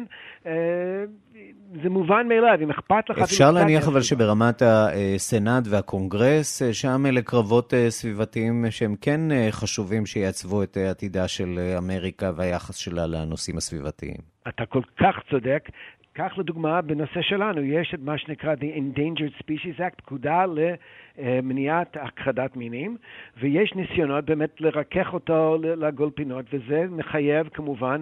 [SPEAKER 15] זה מובן מאליו, אם אכפת לך...
[SPEAKER 1] אפשר להניח אבל שברמת הסנאט והקונגרס, שם אלה קרבות סביבתיים שהם כן חשובים שיעצבו את עתידה של אמריקה והיחס שלה לנושאים הסביבתיים.
[SPEAKER 15] אתה כל כך צודק. כך לדוגמה, בנושא שלנו יש את מה שנקרא The Endangered Species Act, פקודה למניעת הכחדת מינים, ויש ניסיונות באמת לרכך אותו לגול פינות, וזה מחייב כמובן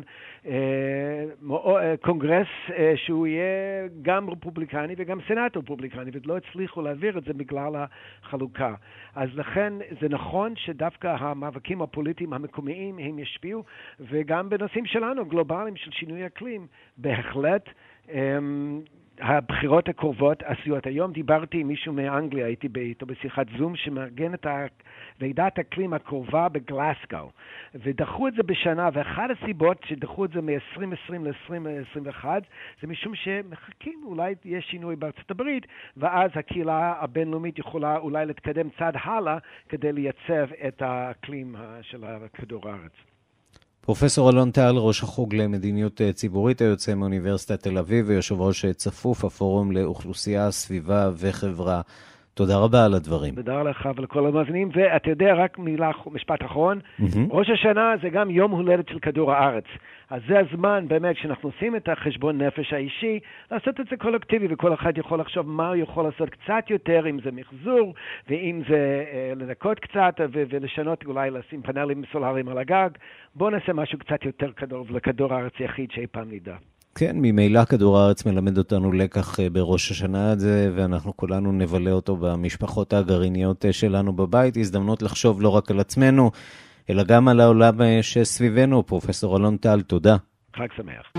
[SPEAKER 15] קונגרס שהוא יהיה גם רפובליקני וגם סנאט רפובליקני, ולא הצליחו להעביר את זה בגלל החלוקה. אז לכן זה נכון שדווקא המאבקים הפוליטיים המקומיים הם ישפיעו, וגם בנושאים שלנו, גלובליים של שינוי אקלים, בהחלט הבחירות הקרובות עשויות. היום דיברתי עם מישהו מאנגליה, הייתי איתו בשיחת זום, שמארגן את ועידת האקלים הקרובה בגלאסגו, ודחו את זה בשנה, ואחת הסיבות שדחו את זה מ-עשרים עשרים ל-עשרים עשרים ואחת, זה משום שמחכים, אולי יש שינוי בארצות הברית, ואז הקהילה הבינלאומית יכולה אולי להתקדם צעד הלאה, כדי לייצב את האקלים של כדור הארץ.
[SPEAKER 1] פרופסור אלון טל, ראש החוג למדיניות ציבורית היוצא מאוניברסיטת תל אביב, ויושב ראש צפוף הפורום לאוכלוסייה, סביבה וחברה. תודה רבה על הדברים.
[SPEAKER 15] תודה לך ולכל המאזינים, ואתה יודע, רק מילה, משפט אחרון, mm-hmm. ראש השנה זה גם יום הולדת של כדור הארץ. אז זה הזמן באמת שאנחנו עושים את החשבון נפש האישי, לעשות את זה קולקטיבי, וכל אחד יכול לחשוב מה הוא יכול לעשות קצת יותר, אם זה מחזור, ואם זה אה, לנקות קצת, ו- ולשנות אולי לשים פאנלים סולאריים על הגג. בואו נעשה משהו קצת יותר קרוב לכדור הארץ יחיד שאי פעם נדע.
[SPEAKER 1] כן, ממילא כדור הארץ מלמד אותנו לקח בראש השנה הזה, ואנחנו כולנו נבלה אותו במשפחות הגרעיניות שלנו בבית. הזדמנות לחשוב לא רק על עצמנו, אלא גם על העולם שסביבנו. פרופסור אלון טל, תודה.
[SPEAKER 15] חג שמח.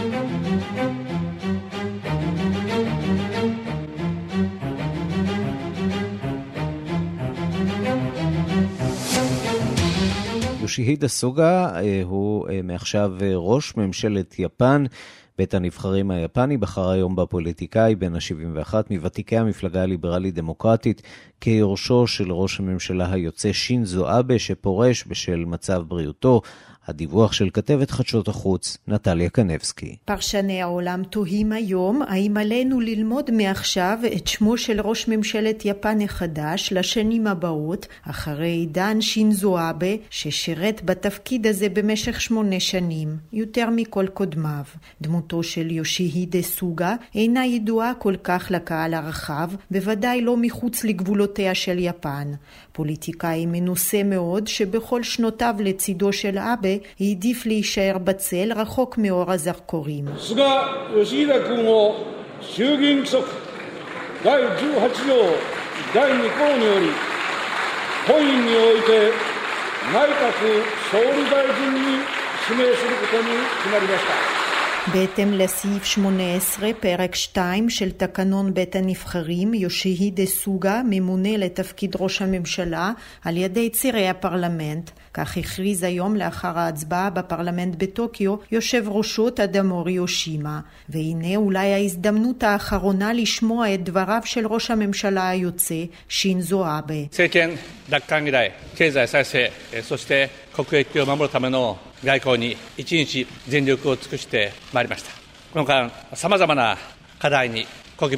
[SPEAKER 1] יושיהידה סוגה הוא מעכשיו ראש ממשלת יפן. בית הנבחרים היפני בחר היום בפוליטיקאי בן ה-שבעים ואחת מוותיקי המפלגה הליברלית-דמוקרטית כיורשו של ראש הממשלה היוצא שינזו אבה שפורש בשל מצב בריאותו. הדיווח של כתבת חדשות החוץ, נטליה קנבסקי.
[SPEAKER 16] פרשני העולם תוהים היום, האם עלינו ללמוד מעכשיו את שמו של ראש ממשלת יפן החדש לשנים הבאות, אחרי עידן שינזו אבה, ששירת בתפקיד הזה במשך שמונה שנים, יותר מכל קודמיו. דמותו של יושיהידה סוגה אינה ידועה כל כך לקהל הרחב, בוודאי לא מחוץ לגבולותיה של יפן. פוליטיקאי מנוסה מאוד שבכל שנותיו לצידו של אבה העדיף להישאר בצל רחוק מאור הזרקורים.
[SPEAKER 17] סוגה יושיהידה君を衆議院規則第じゅうはち条だいに項により本院において内閣総理大臣に指名することに決まりました。
[SPEAKER 16] בהתאם לסעיף שמונה עשרה פרק שתיים של תקנון בית הנבחרים, יושיהידה סוגה ממונה לתפקיד ראש הממשלה על ידי צירי הפרלמנט. כך הכריז היום לאחר ההצבעה בפרלמנט בטוקיו יושב ראשו תדמורי יושימה. והנה אולי ההזדמנות האחרונה לשמוע את דבריו של ראש הממשלה היוצא שינזו אבה.
[SPEAKER 18] 政権奪還以来、経済再生、そして国益を守るための外交に一日全力を尽くしてまいりました。この間、様々な課題に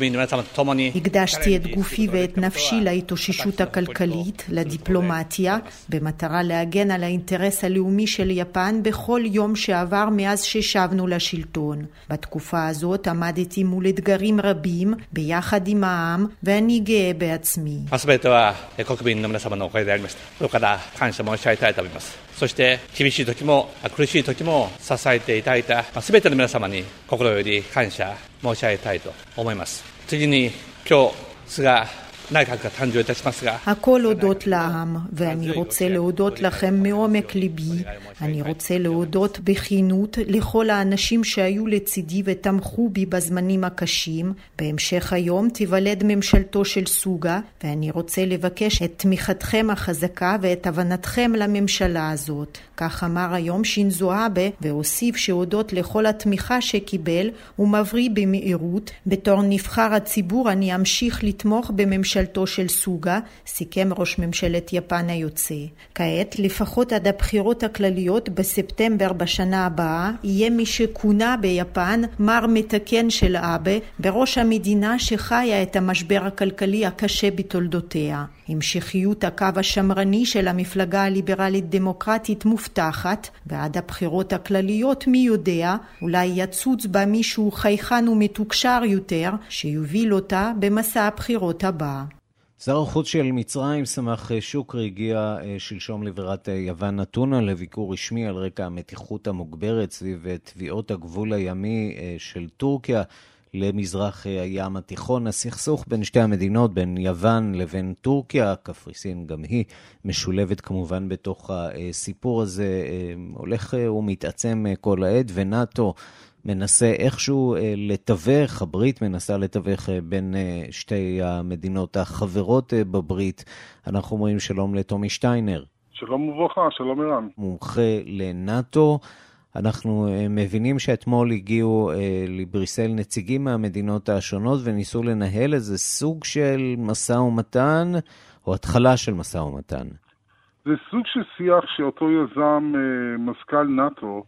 [SPEAKER 16] הקדשתי את גופי ואת נפשי להתאוששות הכלכלית, לדיפלומטיה, במטרה להגן על האינטרס הלאומי של יפן בכל יום שעבר מאז ששבנו לשלטון. בתקופה הזאת עמדתי מול אתגרים רבים ביחד עם העם, ואני גאה בעצמי.
[SPEAKER 18] すべては国民の皆様のおかげでありました。そこから感謝申し上げたいと思います。そして厳しい時も苦しい時も支えていただいたすべての皆様に心より感謝申し上げたいと思います。次に今日菅内閣が誕生いたしますが
[SPEAKER 16] הכל הודות לעם, ואני רוצה להודות לכם מעומק ליבי. אני רוצה להודות בכנות לכל האנשים שהיו לצידי ותמכו בי בזמנים הקשים. בהמשך היום תיוולד ממשלתו של סוגה, ואני רוצה לבקש את תמיכתכם החזקה ואת הבנתכם לממשלה הזאת. כך אמר היום שינזו אבה, והוסיף שהודות לכל התמיכה שקיבל ומבריא במהירות. בתור נבחר הציבור אני אמשיך לתמוך בממשלה ממשלתו של סוגה, סיכם ראש ממשלת יפן היוצא. כעת, לפחות עד הבחירות הכלליות בספטמבר בשנה הבאה, יהיה מי שכונה ביפן מר מתקן של אבה, בראש המדינה שחיה את המשבר הכלכלי הקשה בתולדותיה. המשכיות הקו השמרני של המפלגה הליברלית דמוקרטית מובטחת, ועד הבחירות הכלליות מי יודע, אולי יצוץ בה מישהו חייכן ומתוקשר יותר, שיוביל אותה במסע הבחירות הבא.
[SPEAKER 1] שר החוץ של מצרים סמך שוקרי הגיע שלשום לבירת יוון אתונה לביקור רשמי על רקע המתיחות המוגברת סביב תביעות הגבול הימי של טורקיה למזרח הים התיכון. הסכסוך בין שתי המדינות, בין יוון לבין טורקיה, קפריסין גם היא משולבת כמובן בתוך הסיפור הזה, הולך ומתעצם כל העת, ונאטו מנסה איכשהו לתווך, הברית מנסה לתווך בין שתי המדינות החברות בברית. אנחנו אומרים שלום לתומי שטיינר.
[SPEAKER 19] שלום וברכה, שלום אירן.
[SPEAKER 1] מומחה לנאטו. אנחנו מבינים שאתמול הגיעו לבריסל נציגים מהמדינות השונות וניסו לנהל איזה סוג של מסע ומתן, או התחלה של מסע ומתן.
[SPEAKER 19] זה סוג של שיח שאותו יזם מזכ"ל נאטו,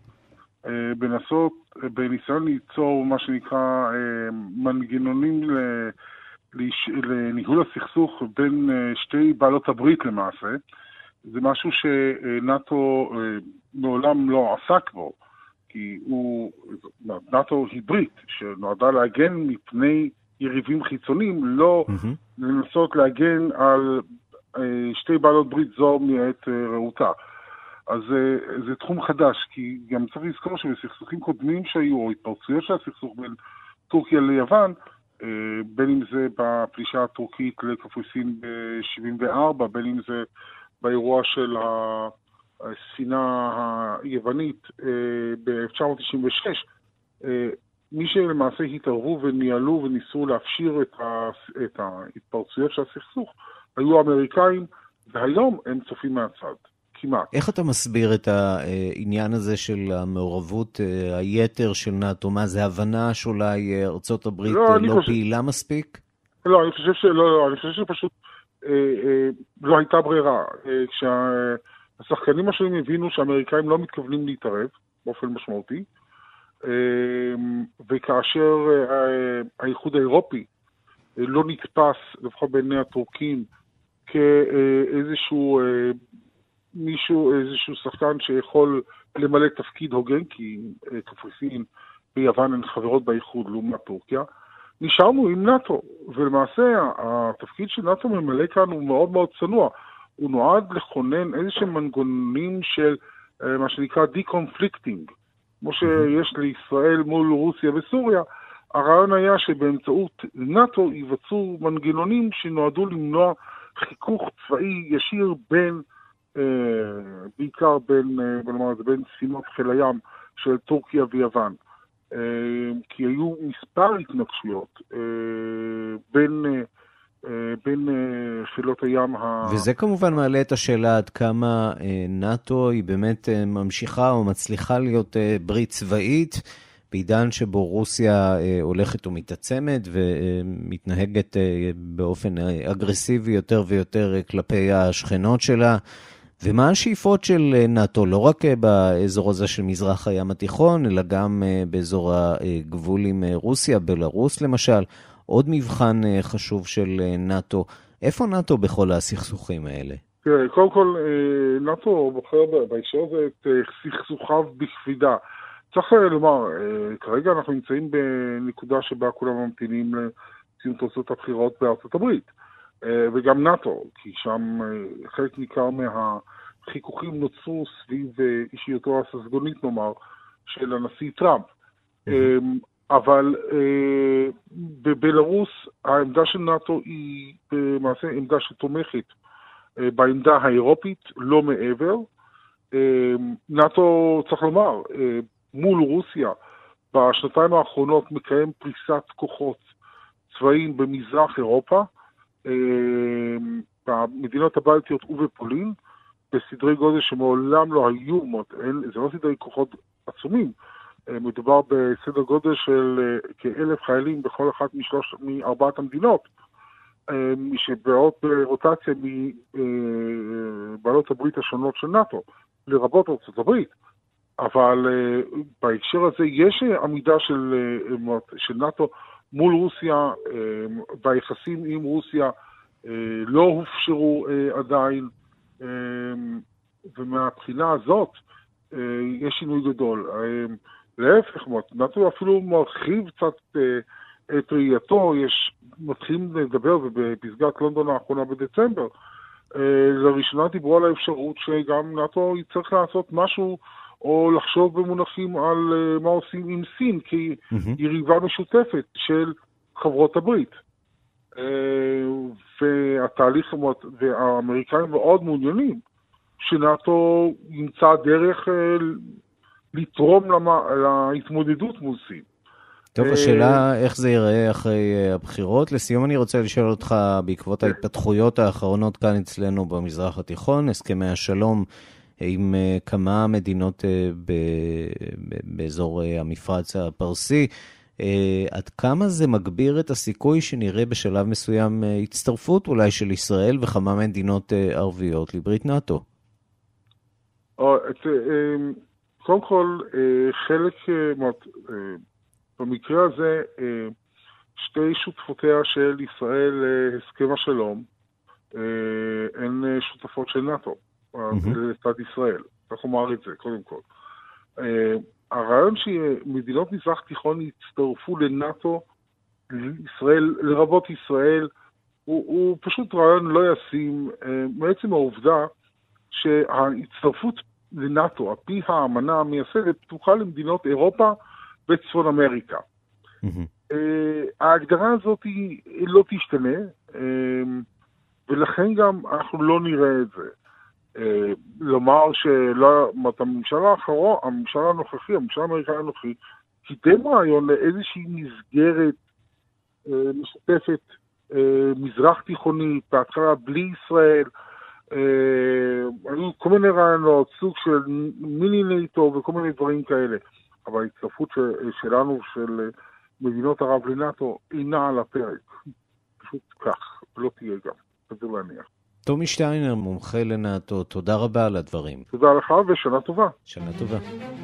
[SPEAKER 19] בנסות, בניסיון ליצור מה שנקרא מנגנונים לניהול הסכסוך בין שתי בעלות הברית למעשה. זה משהו שנאטו מעולם לא עסק בו, כי הוא, נאטו היא ברית שנועדה להגן מפני יריבים חיצוניים, לא mm-hmm. לנסות להגן על שתי בעלות ברית זו מעת רעותה. אז זה, זה תחום חדש, כי גם צריך לזכור שבסכסוכים קודמים שהיו, או התפרצויות של הסכסוך בין טורקיה ליוון, בין אם זה בפלישה הטורקית לקפריסין ב-שבעים וארבע, בין אם זה באירוע של הספינה היוונית ב-אלף תשע מאות תשעים ושש, מי שלמעשה התערבו וניהלו וניסו להפשיר את ההתפרצויות של הסכסוך, היו האמריקאים, והיום הם צופים מהצד. כמעט.
[SPEAKER 1] איך אתה מסביר את העניין הזה של המעורבות היתר של נאטו? מה זה הבנה שאולי ארצות הברית לא, לא חושב... פעילה מספיק?
[SPEAKER 19] לא, אני חושב שלא, לא, אני חושב שפשוט אה, אה, לא הייתה ברירה. אה, כשהשחקנים השונים הבינו שהאמריקאים לא מתכוונים להתערב באופן משמעותי, אה, וכאשר אה, האיחוד האירופי אה, לא נתפס, לפחות בעיני הטורקים, כאיזשהו... אה, מישהו, איזשהו שחקן שיכול למלא תפקיד הוגן, כי קפריסין ויוון הן חברות באיחוד לעומת טורקיה, נשארנו עם נאטו, ולמעשה התפקיד של נאטו ממלא כאן הוא מאוד מאוד צנוע, הוא נועד לכונן איזשהם מנגנונים של מה שנקרא די-קונפליקטינג, כמו שיש לישראל מול רוסיה וסוריה, הרעיון היה שבאמצעות נאט"ו ייווצרו מנגנונים שנועדו למנוע חיכוך צבאי ישיר בין, אה, בעיקר בין, אה, בנאמר, בין ספינות חיל הים של טורקיה ויוון. אה, כי היו מספר התנגשויות אה, בין... אה, בין חילות הים ה...
[SPEAKER 1] וזה כמובן מעלה את השאלה עד כמה נאט"ו היא באמת ממשיכה או מצליחה להיות ברית צבאית, בעידן שבו רוסיה הולכת ומתעצמת ומתנהגת באופן אגרסיבי יותר ויותר כלפי השכנות שלה. ומה השאיפות של נאט"ו, לא רק באזור הזה של מזרח הים התיכון, אלא גם באזור הגבול עם רוסיה, בלרוס למשל, עוד מבחן חשוב של נאט"ו. איפה נאט"ו בכל הסכסוכים האלה?
[SPEAKER 19] תראה, קודם כל, נאט"ו בוחר בהקשר הזה את סכסוכיו בכבידה. צריך לומר, כרגע אנחנו נמצאים בנקודה שבה כולם ממתינים לסיום תוצאות הבחירות בארצות הברית. וגם נאט"ו, כי שם חלק ניכר מהחיכוכים נוצרו סביב אישיותו הססגונית, נאמר, של הנשיא טראמפ. אבל אה, בבלרוס העמדה של נאט"ו היא במעשה עמדה שתומכת אה, בעמדה האירופית, לא מעבר. אה, נאט"ו, צריך לומר, אה, מול רוסיה בשנתיים האחרונות מקיים פריסת כוחות צבאיים במזרח אירופה, אה, במדינות הבלטיות ובפולין, בסדרי גודל שמעולם לא היו, זה לא סדרי כוחות עצומים, מדובר בסדר גודל של כאלף חיילים בכל אחת משלוש, מארבעת המדינות, שבאות ברוטציה מבעלות הברית השונות של נאט"ו, לרבות ארצות הברית. אבל בהקשר הזה יש עמידה של, של נאט"ו מול רוסיה, והיחסים עם רוסיה לא הופשרו עדיין, ומהבחינה הזאת יש שינוי גדול. להפך, נאט"ו אפילו מרחיב קצת את ראייתו, יש, מתחילים לדבר, ובפסגת לונדון האחרונה בדצמבר, לראשונה דיברו על האפשרות שגם נאט"ו יצטרך לעשות משהו, או לחשוב במונחים על מה עושים עם סין, כי יריבה משותפת של חברות הברית. והתהליך, והאמריקאים מאוד מעוניינים, שנאט"ו ימצא דרך לתרום להתמודדות מול סין.
[SPEAKER 1] טוב, השאלה איך זה ייראה אחרי הבחירות. לסיום אני רוצה לשאול אותך, בעקבות ההתפתחויות האחרונות כאן אצלנו במזרח התיכון, הסכמי השלום עם כמה מדינות באזור המפרץ הפרסי, עד כמה זה מגביר את הסיכוי שנראה בשלב מסוים הצטרפות אולי של ישראל וכמה מדינות ערביות לברית נאט"ו?
[SPEAKER 19] קודם כל, חלק, במקרה הזה, שתי שותפותיה של ישראל להסכם השלום, הן שותפות של נאט"ו, לצד ישראל. צריך לומר את זה, קודם כל. הרעיון שמדינות מזרח תיכון יצטרפו לנאט"ו, ישראל, לרבות ישראל, הוא, הוא פשוט רעיון לא ישים, מעצם העובדה שההצטרפות לנאט"ו, על פי האמנה המייסדת, פתוחה למדינות אירופה וצפון אמריקה. Mm-hmm. ההגדרה הזאת היא לא תשתנה, ולכן גם אנחנו לא נראה את זה. לומר שהממשלה האחרון, הממשלה הנוכחי, הממשלה האמריקאית הנוכחי, קידם רעיון לאיזושהי מסגרת משותפת מזרח תיכונית, בהתחלה בלי ישראל, היו כל מיני רעיונות, סוג של מיני נאט"ו וכל מיני דברים כאלה. אבל ההצטרפות שלנו, של מדינות ערב לנאט"ו, אינה על הפרק. פשוט כך, לא תהיה גם. זה להניח.
[SPEAKER 1] תומי שטיינר, מומחה לנאט"ו, תודה רבה על הדברים.
[SPEAKER 19] תודה לך ושנה טובה.
[SPEAKER 1] שנה טובה.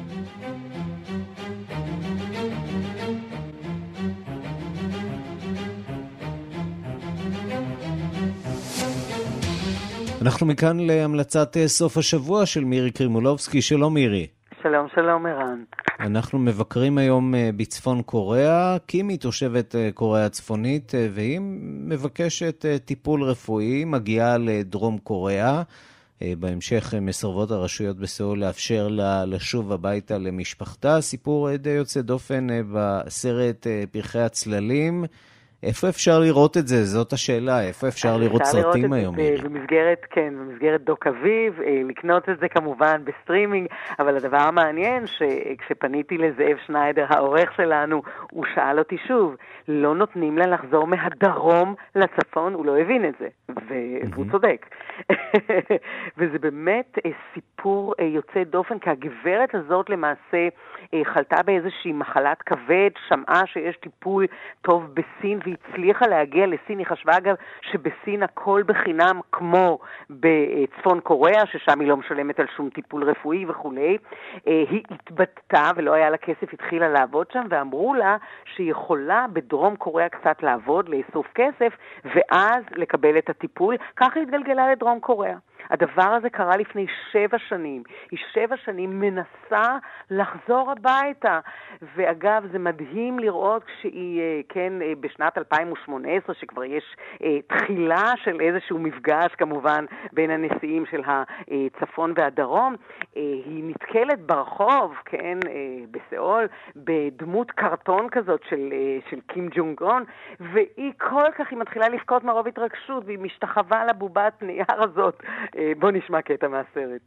[SPEAKER 1] אנחנו מכאן להמלצת סוף השבוע של מירי קרימולובסקי. שלום מירי.
[SPEAKER 20] שלום, שלום ערן.
[SPEAKER 1] אנחנו מבקרים היום בצפון קוריאה. קימי תושבת קוריאה הצפונית, והיא מבקשת טיפול רפואי, מגיעה לדרום קוריאה, בהמשך מסרבות הרשויות בסיאול לאפשר לה לשוב הביתה למשפחתה. סיפור די יוצא דופן בסרט פרחי הצללים. איפה אפשר לראות את זה? זאת השאלה. איפה אפשר לראות סרטים היום?
[SPEAKER 20] במסגרת, כן, במסגרת דוק אביב, לקנות את זה כמובן בסטרימינג, אבל הדבר המעניין שכשפניתי לזאב שניידר, העורך שלנו, הוא שאל אותי שוב, לא נותנים לה לחזור מהדרום לצפון, הוא לא הבין את זה, והוא צודק. וזה באמת סיפור יוצא דופן, כי הגברת הזאת למעשה חלתה באיזושהי מחלת כבד, שמעה שיש טיפול טוב בסין, והצליחה להגיע לסין. היא חשבה אגב שבסין הכל בחינם כמו בצפון קוריאה, ששם היא לא משלמת על שום טיפול רפואי וכו'. היא התבטאה ולא היה לה כסף, התחילה לעבוד שם, ואמרו לה שהיא יכולה בדרום קוריאה קצת לעבוד, לאסוף כסף, ואז לקבל את הטיפול. ככה התגלגלה לדרום קוריאה. הדבר הזה קרה לפני שבע שנים. היא שבע שנים מנסה לחזור הביתה. ואגב, זה מדהים לראות כשהיא, כן, בשנת אלפיים ושמונה עשרה, שכבר יש תחילה של איזשהו מפגש, כמובן, בין הנשיאים של הצפון והדרום, היא נתקלת ברחוב, כן, בסיאול, בדמות קרטון כזאת של, של קים ג'ונג און, והיא כל כך, היא מתחילה לבכות מרוב התרגשות, והיא משתחווה לבובת נייר הזאת. בוא נשמע קטע מהסרט.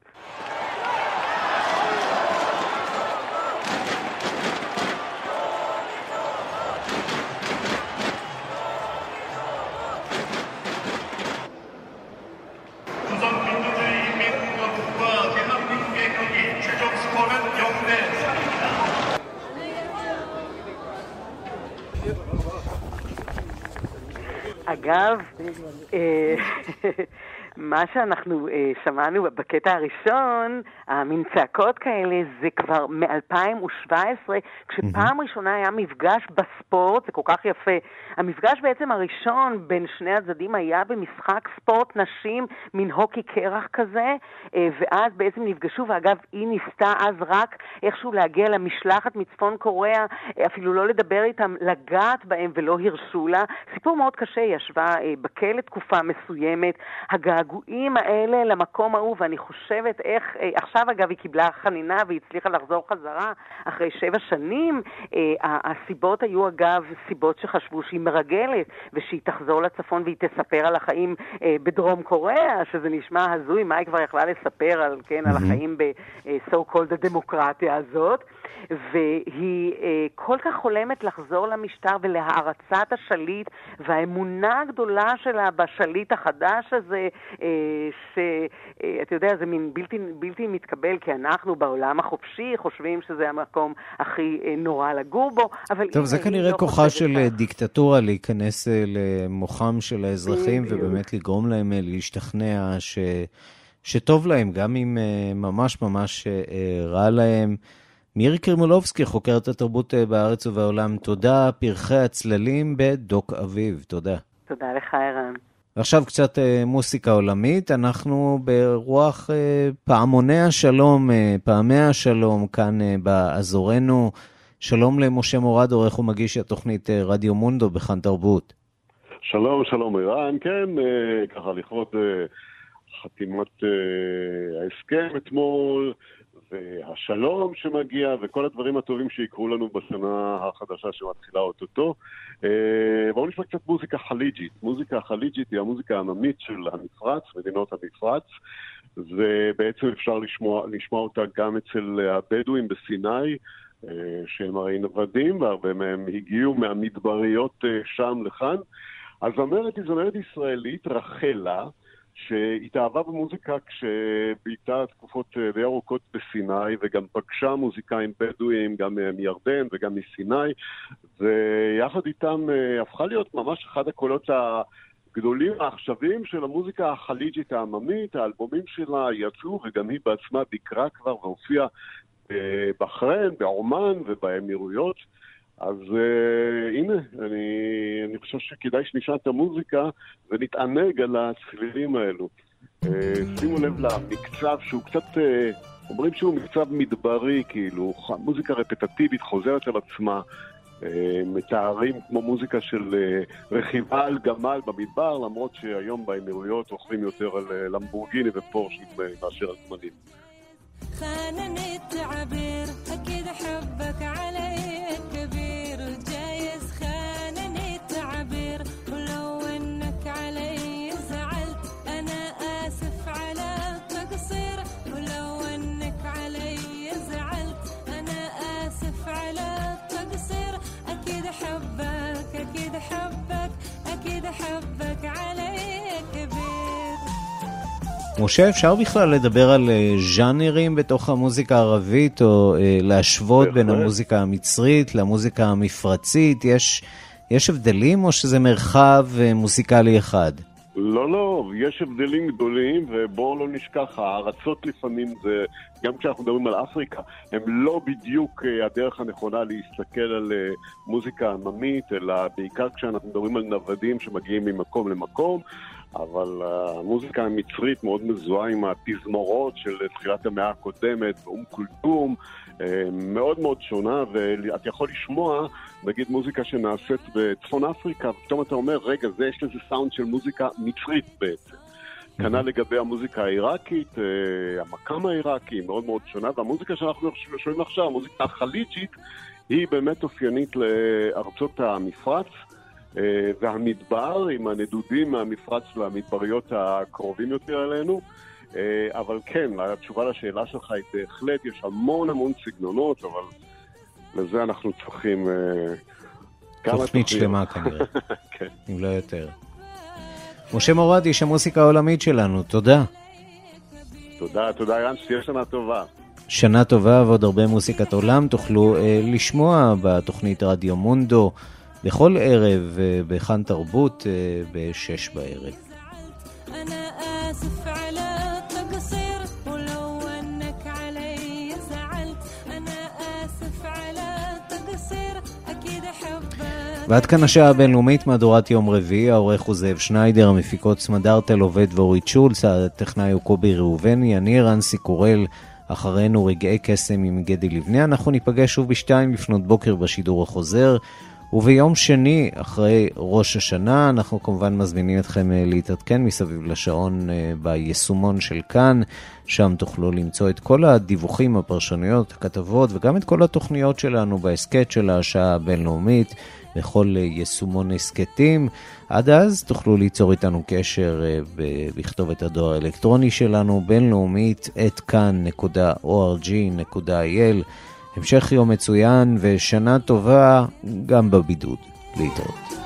[SPEAKER 20] אגב, מה שאנחנו שמענו בקטע הראשון, המין צעקות כאלה, זה כבר מ-אלפיים ושבע עשרה, כשפעם ראשונה היה מפגש בספורט, זה כל כך יפה. המפגש בעצם הראשון בין שני הצדדים היה במשחק ספורט נשים, מין הוקי קרח כזה, ואז בעצם נפגשו, ואגב, היא ניסתה אז רק איכשהו להגיע למשלחת מצפון קוריאה, אפילו לא לדבר איתם, לגעת בהם ולא הרשו לה. סיפור מאוד קשה, היא ישבה בכלא תקופה מסוימת, הגעגועים האלה למקום ההוא, ואני חושבת איך, עכשיו אגב היא קיבלה חנינה והיא הצליחה לחזור חזרה אחרי שבע שנים. הסיבות היו אגב סיבות שחשבו שהיא מרגלת ושהיא תחזור לצפון והיא תספר על החיים בדרום קוריאה, שזה נשמע הזוי, מה היא כבר יכלה לספר על, כן, על החיים ב-so called הדמוקרטיה הזאת, והיא כל כך חולמת לחזור למשטר ולהערצת השליט והאמונה הגדולה שלה בשליט החדש הזה, שאתה יודע, זה מין בלתי, בלתי מתקבל, כי אנחנו בעולם החופשי חושבים שזה המקום הכי נורא לגור בו, אבל
[SPEAKER 1] טוב, זה כנראה כוחה של כך. דיקטטורה להיכנס למוחם של האזרחים ובאמת לגרום להם להשתכנע ש... שטוב להם, גם אם ממש ממש רע להם. מירי קרימולובסקי, חוקרת התרבות בארץ ובעולם, תודה. פרחי הצללים בדוק אביב, תודה.
[SPEAKER 20] תודה לך, ערן.
[SPEAKER 1] ועכשיו קצת מוסיקה עולמית, אנחנו ברוח פעמוני השלום, פעמי השלום כאן באזורנו. שלום למשה מורד, עורך ומגיש התוכנית רדיו מונדו בכאן תרבות.
[SPEAKER 21] שלום, שלום ערן, כן, ככה לכבוד חתימת ההסכם אתמול, והשלום שמגיע וכל הדברים הטובים שיקרו לנו בשנה החדשה שמתחילה אוטוטו. בואו נשמע קצת מוזיקה חליג'ית. מוזיקה חליג'ית היא המוזיקה העממית של המפרץ, מדינות המפרץ, ובעצם אפשר לשמוע, לשמוע אותה גם אצל הבדואים בסיני, שהם הרי נוודים, והרבה מהם הגיעו מהמדבריות שם לכאן. הזמרת היא זמרת ישראלית, רחלה, שהתאהבה במוזיקה כשבעיטה תקופות די ארוכות בסיני, וגם פגשה מוזיקאים בדואים, גם מירדן וגם מסיני, ויחד איתם הפכה להיות ממש אחד הקולות הגדולים העכשוויים של המוזיקה החליג'ית העממית. האלבומים שלה יצאו, וגם היא בעצמה ביקרה כבר והופיעה בבחריין, בעומן ובאמירויות. אז uh, הנה, אני, אני חושב שכדאי שנשמע את המוזיקה ונתענג על הצלילים האלו. Uh, שימו לב למקצב שהוא קצת, uh, אומרים שהוא מקצב מדברי, כאילו, מוזיקה רפטטיבית חוזרת על עצמה, uh, מתארים כמו מוזיקה של רכיבה על גמל במדבר, למרות שהיום באמירויות אוכלים יותר על למבורגיני ופורשים מאשר על גמלים.
[SPEAKER 2] خانني التعبير أكيد حبك علي كبير جايز خانني التعبير ولو إنك علي زعلت أنا آسف على التقصير ولو إنك علي زعلت أنا آسف على التقصير أكيد حبك أكيد حبك أكيد حبك علي كبير.
[SPEAKER 1] משה, אפשר בכלל לדבר על ז'אנרים בתוך המוזיקה הערבית, או להשוות בין המוזיקה המצרית למוזיקה המפרצית? יש, יש הבדלים, או שזה מרחב מוזיקלי אחד?
[SPEAKER 21] לא, לא, יש הבדלים גדולים, ובואו לא נשכח, הארצות לפעמים זה, גם כשאנחנו מדברים על אפריקה, הם לא בדיוק הדרך הנכונה להסתכל על מוזיקה עממית, אלא בעיקר כשאנחנו מדברים על נוודים שמגיעים ממקום למקום, אבל המוזיקה המצרית מאוד מזוהה עם התזמורות של תחילת המאה הקודמת, אום כולתום, מאוד מאוד שונה, ואת יכול לשמוע, נגיד מוזיקה שנעשית בצפון אפריקה, ופתאום אתה אומר, רגע, זה יש לזה סאונד של מוזיקה מצרית בעצם. כנ"ל לגבי המוזיקה העיראקית, המקאם העיראקי, מאוד מאוד שונה, והמוזיקה שאנחנו שומעים עכשיו, המוזיקה החליג'ית, היא באמת אופיינית לארצות המפרץ, והמדבר עם הנדודים מהמפרץ והמדבריות הקרובים יותר אלינו. אבל כן, התשובה לשאלה שלך היא בהחלט, יש המון המון סגנונות, אבל לזה אנחנו צריכים
[SPEAKER 1] תוכנית שלמה כנראה, אם לא יותר. משה מורד, איש המוסיקה העולמית שלנו, תודה.
[SPEAKER 21] תודה, תודה רן, שתהיה שנה טובה.
[SPEAKER 1] שנה טובה ועוד הרבה מוסיקת עולם תוכלו לשמוע בתוכנית רדיו מונדו, בכל ערב בכאן תרבות בשש בערב.
[SPEAKER 2] أنا آسف على التقصير ولو أنك علي زعلت أنا آسف على التقصير أكيد أحبك.
[SPEAKER 1] ועד כאן השעה הבינלאומית מהדורת יום רביעי, העורך הוא זאב שניידר, המפיקות סמדר תל עובד ואורית שולץ, הטכנאי הוא קובי ראובני, אני רנסי קורל, אחרינו רגעי קסם עם גדי לבנה. אנחנו ניפגש שוב בשתיים לפנות בוקר בשידור החוזר, וביום שני, אחרי ראש השנה, אנחנו כמובן מזמינים אתכם להתעדכן מסביב לשעון ביישומון של כאן, שם תוכלו למצוא את כל הדיווחים, הפרשנויות, הכתבות, וגם את כל התוכניות שלנו בהסקט של השעה הבינלאומית, בכל יישומון הסקטים. עד אז תוכלו ליצור איתנו קשר בכתובת הדואר האלקטרוני שלנו, בינלאומית את כאן נקודה או אר ג'י נקודה איי אל. המשך יום מצוין ושנה טובה גם בבידוד. להתראות.